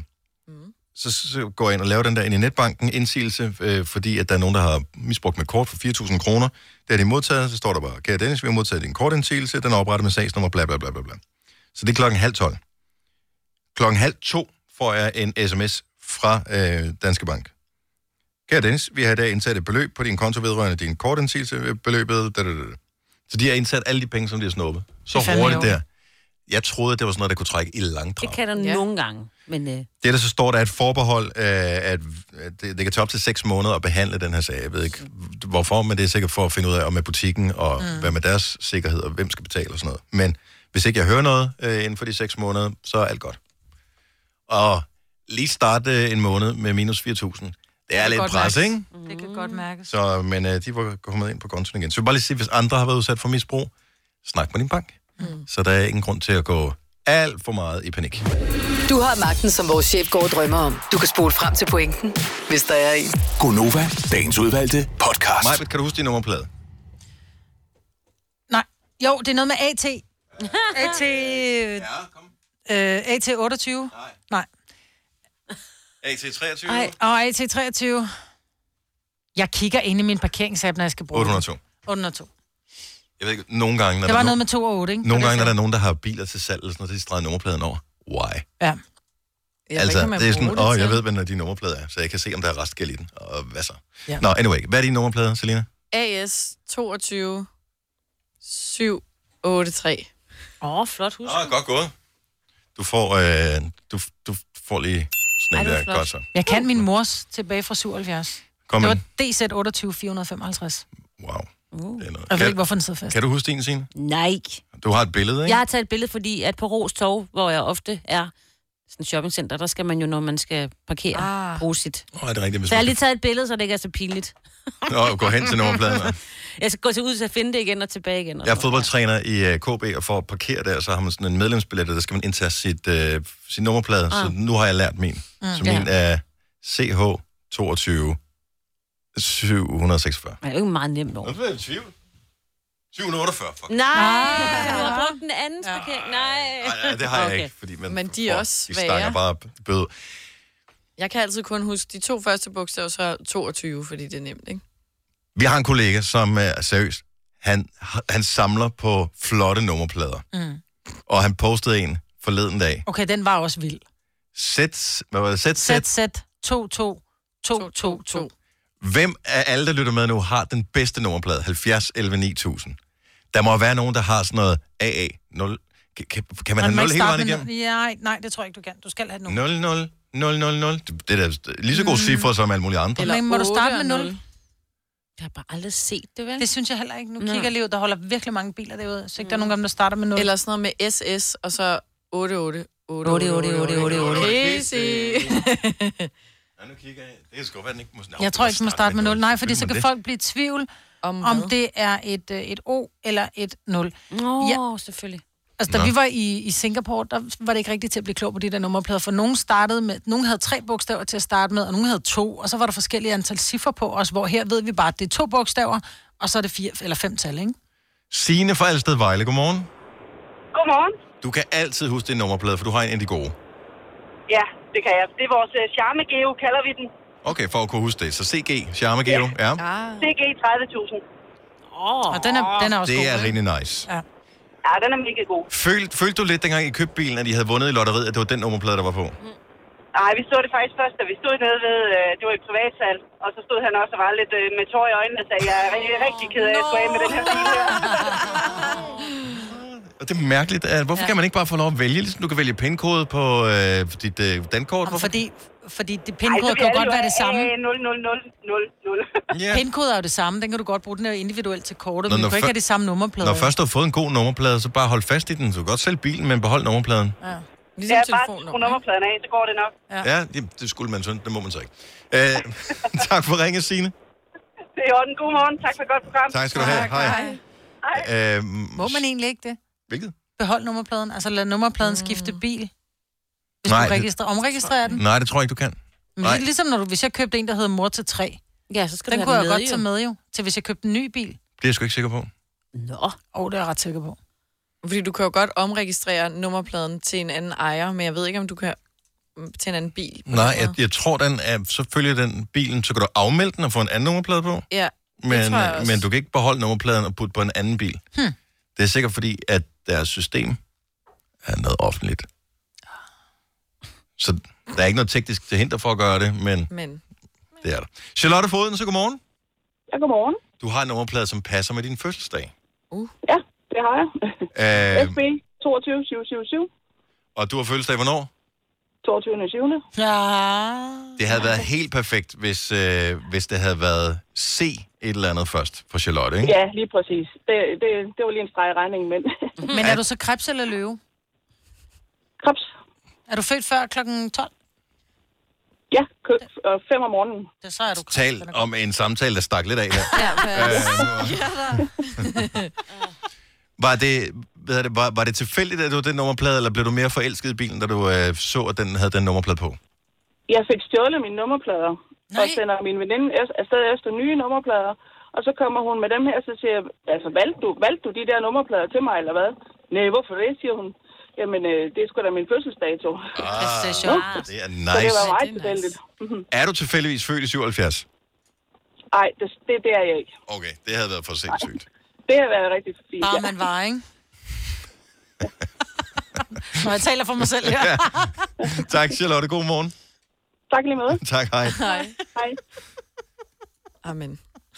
Så, så går jeg ind og laver den der ind i netbanken indsigelse, øh, fordi at der er nogen, der har misbrugt mit kort for fire tusind kroner. Det er de modtaget, så står der bare, kære Dennis, vi har modtaget din kortindsigelse, den er oprettet med sagsnummer, bla bla bla bla bla. Så det er klokken halv tolv. Klokken halv to får jeg en sms fra øh, Danske Bank. Kære Dennis, vi har i dag indsat et beløb på din konto vedrørende din kortindsigelse, beløbet, da, da, da. Så de har indsat alle de penge, som de har snuppet. Så hurtigt der. Jeg troede, det var sådan noget, der kunne trække i langdrag. Det kan der ja. nogle gange. Men, øh... Det, der så står, der er et forbehold, øh, at det, det kan tage op til seks måneder at behandle den her sag. Jeg ved ikke, hvorfor, men det er sikkert for at finde ud af, om med butikken og mm. hvad med deres sikkerhed, og hvem skal betale og sådan noget. Men hvis ikke jeg hører noget øh, inden for de seks måneder, så er alt godt. Og lige starte en måned med minus fire tusind, Det er lidt pres, ikke? Mm. Det kan godt mærkes. Så, men uh, de var kommet ind på kontoen igen. Så jeg vil bare lige sige, hvis andre har været udsat for misbrug, snak med din bank. Mm. Så der er ingen grund til at gå alt for meget i panik. Du har magten, som vores chef går og drømmer om. Du kan spole frem til pointen, hvis der er en. Gonova, dagens udvalgte podcast. Majbet, kan du huske din nummerplade? Nej. Jo, det er noget med A T. A T... Ja, kom. Øh, A T otteogtyve? Nej. Nej. A T treogtyve? Nej, og A T treogtyve. Jeg kigger ind i min parkeringsapp, når jeg skal bruge otte hundrede og to. otte hundrede og to. Jeg ved ikke, nogle gange... Det var noget med to og otte, ikke? Nogle gange er der nogen, der har biler til salg, eller sådan noget, de streger nummerpladen over. Why? Ja. Altså, det er sådan, åh, jeg ved, hvad din nummerplade er, så jeg kan se, om der er restgæld i den. Og hvad så? Ja. Nå, anyway, hvad er din nummerplade, Selina? A S toogtyve syv otte tre. Åh, oh, flot hus. Åh, godt gået. Du får, øh, du, du får lige sådan en der godt så. Jeg kan min mors tilbage fra syvoghalvfjerds. Kom det var D Z otteogtyve fire hundrede femoghalvtreds. Wow. Uh. Det er noget. Jeg ved ikke, hvorfor den sidder fast. Kan du huske din, Signe? Nej. Du har et billede, ikke? Jeg har taget et billede, fordi at på Ros Torv, hvor jeg ofte er, sådan et shoppingcenter, der skal man jo, når man skal parkere, ah. bruge sit. Åh, oh, er det rigtigt? Så jeg har lige taget et billede, så det ikke er så pinligt. Nå, gå hen til nummerpladen. Jeg skal gå til ud til at finde det igen og tilbage igen. Og jeg er fodboldtræner i uh, K B, og for at parkere der, så har man sådan en medlemsbillet, der skal man indtage sit, uh, sin nummerplade. Ah. Så nu har jeg lært min. Mm. Så min er C H toogtyve syv hundrede seksogfyrre. Det er jo ikke meget nemt over. Det er i tvivl. syv hundrede otteogfyrre, fuck. Nej, ah, du har brugt den anden ja. parkering. Nej. Nej, det har jeg okay. ikke, fordi man men de er også svære. De stanger bare bøde. Jeg kan altid kun huske de to første bogstaver, så toogtyve, fordi det er nemt, ikke? Vi har en kollega, som er seriøs. Han, han samler på flotte nummerplader. Mm. Og han postede en forleden dag. Okay, den var også vild. Z, hvad var det? Z, Z? Z, Z, to to to to to. Hvem af alle, der lytter med nu, har den bedste nummerplade? halvfjerds elleve ni tusind. Der må være nogen, der har sådan noget A A nul. Kan, kan, kan man have nul hele vejen igennem? Ja, nej, det tror jeg ikke, du kan. Du skal have nul. nul nul nul nul nul. Det er da lige så god cifre som alle mulige andre. Eller må du starte med nul? Jeg har bare aldrig set det, vel? Det synes jeg heller ikke. Nu kigger jeg lige ud, der holder virkelig mange biler derude. Så ikke der er nogen af dem, der starter med nul. Eller sådan noget med S S, og så otte otte otte otte otte otte otte otte. Casey. Ja, nu kigger jeg. Det kan sgu være, den ikke må starte. Jeg tror ikke, den må starte med nul. Nej, fordi så kan folk blive i tvivl, om, om det er et, et O eller et nul. Åh, ja. Selvfølgelig. Altså, da Nå. vi var i, i Singapore, der var det ikke rigtigt til at blive klog på de der nummerplader, for nogen startede med, nogen havde tre bogstaver til at starte med, og nogen havde to, og så var der forskellige antal cifre på os, hvor her ved vi bare, at det er to bogstaver, og så er det fire eller fem tal, ikke? Signe fra Alsted Vejle, godmorgen. Godmorgen. Du kan altid huske din nummerplade, for du har en af de gode. Ja, det kan jeg. Det er vores uh, charme-geo, kalder vi den. Okay, for at kunne huske det. Så C G, charme-geo, ja. ja. C G tredive tusind. Åh, oh, den er, den er også det god. Det er rigtig nice. Ja. Ja, den er mega god. Følte, følte du lidt, dengang I købte bilen, at I havde vundet i lotteriet, at det var den nummerplade, der var på? Mm. Nej, vi så det faktisk først, da vi stod nede ved, øh, det var i privatsalg, og så stod han også og var lidt øh, med tår i øjnene og sagde, jeg er rigtig, rigtig ked af at gå af med den her bil her. Og det er mærkeligt. At, hvorfor ja. kan man ikke bare få lov at vælge, ligesom du kan vælge pindkode på øh, dit øh, dankort? Jamen, fordi, fordi det pindkode kan jo godt være det samme. nul nul nul nul nul. Yeah. Pindkode er jo det samme, den kan du godt bruge, den er individuelt til kortet, Nå, men du kan ikke have de samme nummerplader. Når først du har fået en god nummerplade, så bare hold fast i den. Så du kan godt sælge bilen, men behold nummerpladen. Ja. Ligesom ja, bare skru nummerpladen af, så går det nok. Ja, ja det, det skulle man sådan, det må man så ikke. Øh, tak for ringe, Signe. Det er i orden. God morgen. Tak for et godt program. Tak skal du have. Hej. Hej. Øh, må man egentlig ikke det? Hvilket? Behold nummerpladen. Altså lad nummerpladen mm. skifte bil. Hvis nej, du registrerer, omregistrerer den. Nej, det tror jeg ikke, du kan. Men det er ligesom når du, hvis jeg købte en, der hedder mor til tre. Ja, så skal den du kunne have jeg med, godt tage med jo. Til hvis jeg købte en ny bil. Det er jeg sgu ikke sikker på. Nå. Åh, oh, det er jeg ret sikker på. Fordi du kan jo godt omregistrere nummerpladen til en anden ejer, men jeg ved ikke, om du kan til en anden bil. Nej, jeg, jeg tror, den er, så følger den bilen, så kan du afmelde den og få en anden nummerplade på. Ja, men, men du kan ikke beholde nummerpladen og putte på en anden bil. Hmm. Det er sikkert fordi, at deres system er noget offentligt. Så der er ikke noget teknisk til hinder for at gøre det, men, men. det er der. Charlotte Foden, så godmorgen. Ja, godmorgen. Du har en nummerplade, som passer med din fødselsdag. Uh. Ja, det har jeg. Øh, S B toogtyve syv syv syv. Og du har fødselsdag hvornår? toogtyvende syvende Ja. Det havde været helt perfekt, hvis, øh, hvis det havde været C et eller andet først for Charlotte, ikke? Ja, lige præcis. Det, det, det var lige en streg i regningen, men... Men er du så krebs eller løve? Krebs. Er du født før klokken tolv? Ja, kø- øh, fem om morgenen. Det så er du Tal om en samtale, der stak lidt af her. Ja, øh, var, det, hvad det, var, var det tilfældigt, at du havde den nummerplade, eller blev du mere forelsket i bilen, da du øh, så, at den havde den nummerplade på? Jeg fik stjålet mine nummerplader, Nej. og sender min veninde afsted efter nye nummerplader. Og så kommer hun med dem her, så siger jeg, altså, valgte du, valgte du de der nummerplader til mig, eller hvad? Nej, hvorfor det, siger hun. Jamen, øh, det er sgu da min fødselsdato. Ah, det er sjovt. Det er nice. Så det var meget tilfældigt. Mm-hmm. Er du tilfældigvis født i syvoghalvfjerds? Nej, det, det, det er jeg ikke. Okay, det havde været for sindssygt. Det har været rigtig fint, Bare ja. man var, ikke? Når jeg taler for mig selv, ja. Ja. Tak, Charlotte. God morgen. Tak lige med. Tak, hej. Hej. Hej. Amen.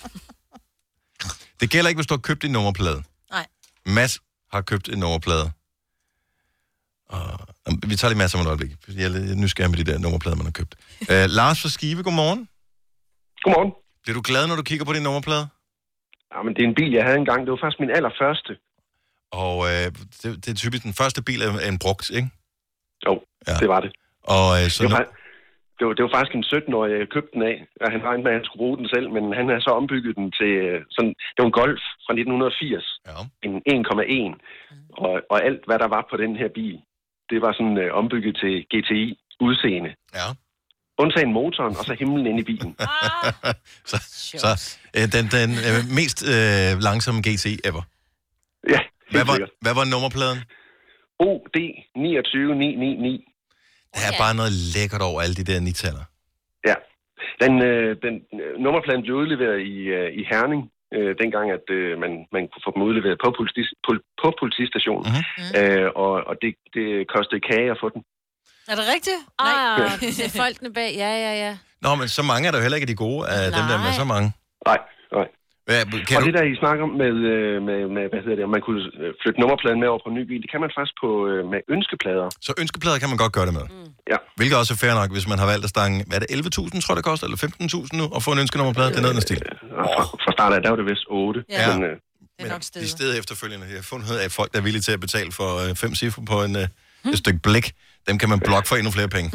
Det gælder ikke, hvis du har købt en nummerplade. Nej. Mads har købt en nummerplade. Og, vi tager lige Mads om et øjeblik. Jeg er lidt nysgerrig med de der nummerplader, man har købt. Uh, Lars fra Skive, godmorgen. Godmorgen. Bliver du glad, når du kigger på din nummerplade? Ja, men det er en bil, jeg havde engang. Det var faktisk min allerførste. Og øh, det, det er typisk den første bil af en brugt, ikke? Jo, ja. Det var det. Og øh, så det, var, nu... det, var, det var faktisk en sytten-årig, jeg købte den af. Og han regnede med, at han skulle bruge den selv, men han har så ombygget den til sådan... Det var en Golf fra nitten firs. Ja. En en komma en. Og, og alt, hvad der var på den her bil, det var sådan øh, ombygget til G T I-udseende. Ja. Undtagen motoren, og så himlen inde i bilen. så så øh, den, den øh, mest øh, langsomme G T I ever. Ja, hvad var, hvad var nummerpladen? O D ni to ni ni ni. Der er bare noget lækkert over alle de der nitaller. Ja. Den, øh, den øh, nummerpladen blev udleveret i, øh, i Herning, øh, dengang at øh, man, man kunne få dem udleveret på, politi, pol, på politistationen. Mm-hmm. Øh, og og det, det kostede kage at få den. Er det rigtigt? Ah, det er folkene bag. Ja, ja, ja. Nå, men så mange er der jo heller ikke de gode af Nej. dem der med så mange. Nej, nej. Ja, og du... det der, I snakker om med, med, med, hvad hedder det, om man kunne flytte nummerpladen med over på en ny bil, det kan man faktisk på, med ønskeplader. Så ønskeplader kan man godt gøre det med? Mm. Ja. Hvilket også er fair nok, hvis man har valgt at stange, hvad er det, elleve tusind, tror jeg, det koster, eller femten tusind nu, at få en ønskenummerplade? Det er noget af stil. Fra, fra start af, der var det vist otte. Ja, men, øh, det er nok stedet. De steder efterfølgende, jeg har fundet ud af, at folk, der er villige til at betale for øh, fem cifre på en, øh, hmm. et stykke blik, dem kan man blokke for endnu flere penge.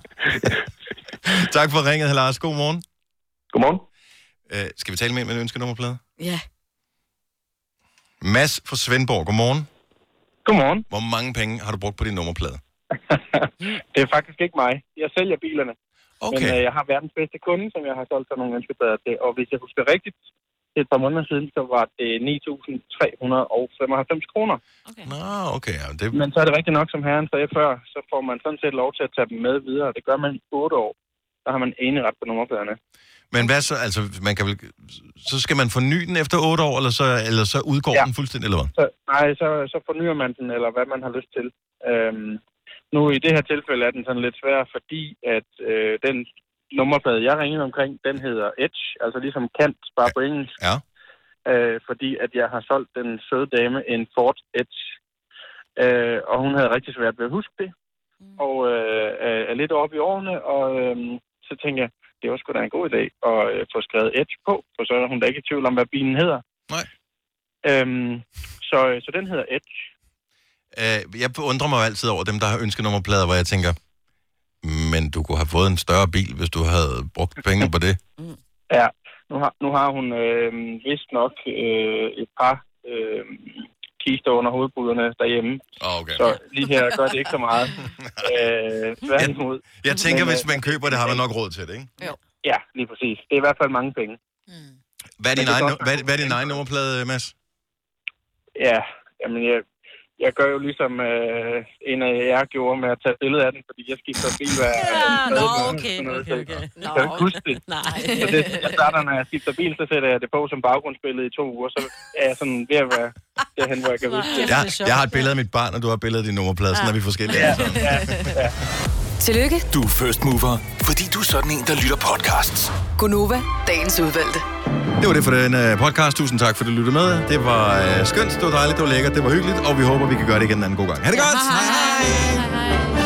Tak for ringet, Lars. God morgen. Godmorgen. Uh, skal vi tale med en ønskenummerplade? Ja. Mads fra Svendborg, godmorgen. Godmorgen. Hvor mange penge har du brugt på din nummerplade? Det er faktisk ikke mig. Jeg sælger bilerne. Okay. Men øh, jeg har verdens bedste kunde, som jeg har solgt sig nogle ønskeplader til. Og hvis jeg husker rigtigt, et par måneder siden, så var det ni tusind tre hundrede femoghalvfems kroner. Okay. Nå, okay. Ja, det... Men så er det rigtigt nok, som herren sagde før, så får man sådan set lov til at tage dem med videre. Det gør man i otte år. Så har man eneret på nummerpladerne. Men hvad så, altså, man kan vel, så skal man forny den efter otte år, eller så, eller så udgår ja. den fuldstændig, eller hvad? Så, nej, så, så fornyer man den, eller hvad man har lyst til. Øhm, nu i det her tilfælde er den sådan lidt svær, fordi at øh, den nummerplade, jeg ringede omkring, den hedder Edge, altså ligesom Kant, bare på engelsk. Ja. Øh, fordi at jeg har solgt den søde dame en Ford Edge, øh, og hun havde rigtig svært ved at huske det, mm. og øh, er lidt oppe i årene, og øh, så tænker jeg, det var sgu da en god idé at øh, få skrevet Edge på, for så er hun da ikke i tvivl om, hvad bilen hedder. Nej. Øhm, så, så den hedder Edge. Uh, jeg undrer mig jo altid over dem, der har ønskenummerplader, hvor jeg tænker, men du kunne have fået en større bil, hvis du havde brugt penge på det. Ja, nu har, nu har hun øh, vist nok øh, et par øh, kister under hovedpuderne derhjemme. Okay. Så lige her gør det ikke så meget. øh, tværtimod. Jeg, jeg tænker, men, hvis man køber det, har man nok råd til det, ikke? Jo. Ja, lige præcis. Det er i hvert fald mange penge. Mm. Hvad er din, egen, hvad, hvad er din egen nummerplade, Mads? Ja, jamen jeg, jeg gør jo ligesom øh, en af jer gjorde med at tage et billede af den, fordi jeg skifter bil hver... Ja, nå, okay, okay, okay. Jeg kan ikke huske det. Nej. Så det, jeg starter, når jeg skifter bil, så sætter jeg det på som baggrundsbillede i to uger, så er jeg sådan ved at være derhen, hvor jeg kan huske det. Jeg, jeg har et billede af mit barn, og du har et billede af din nummerplade, sådan er vi forskellige. Ja, ja, ja. Tillykke. Du er first mover, fordi du er sådan en, der lytter podcasts. Gunova, dagens udvalgte. Det var det for den uh, podcast. Tusind tak, for at du lyttede med. Det var uh, skønt, det var dejligt, det var lækkert, det var hyggeligt, og vi håber, vi kan gøre det igen en anden god gang. Ha' det godt! Hej, hej, hej, hej.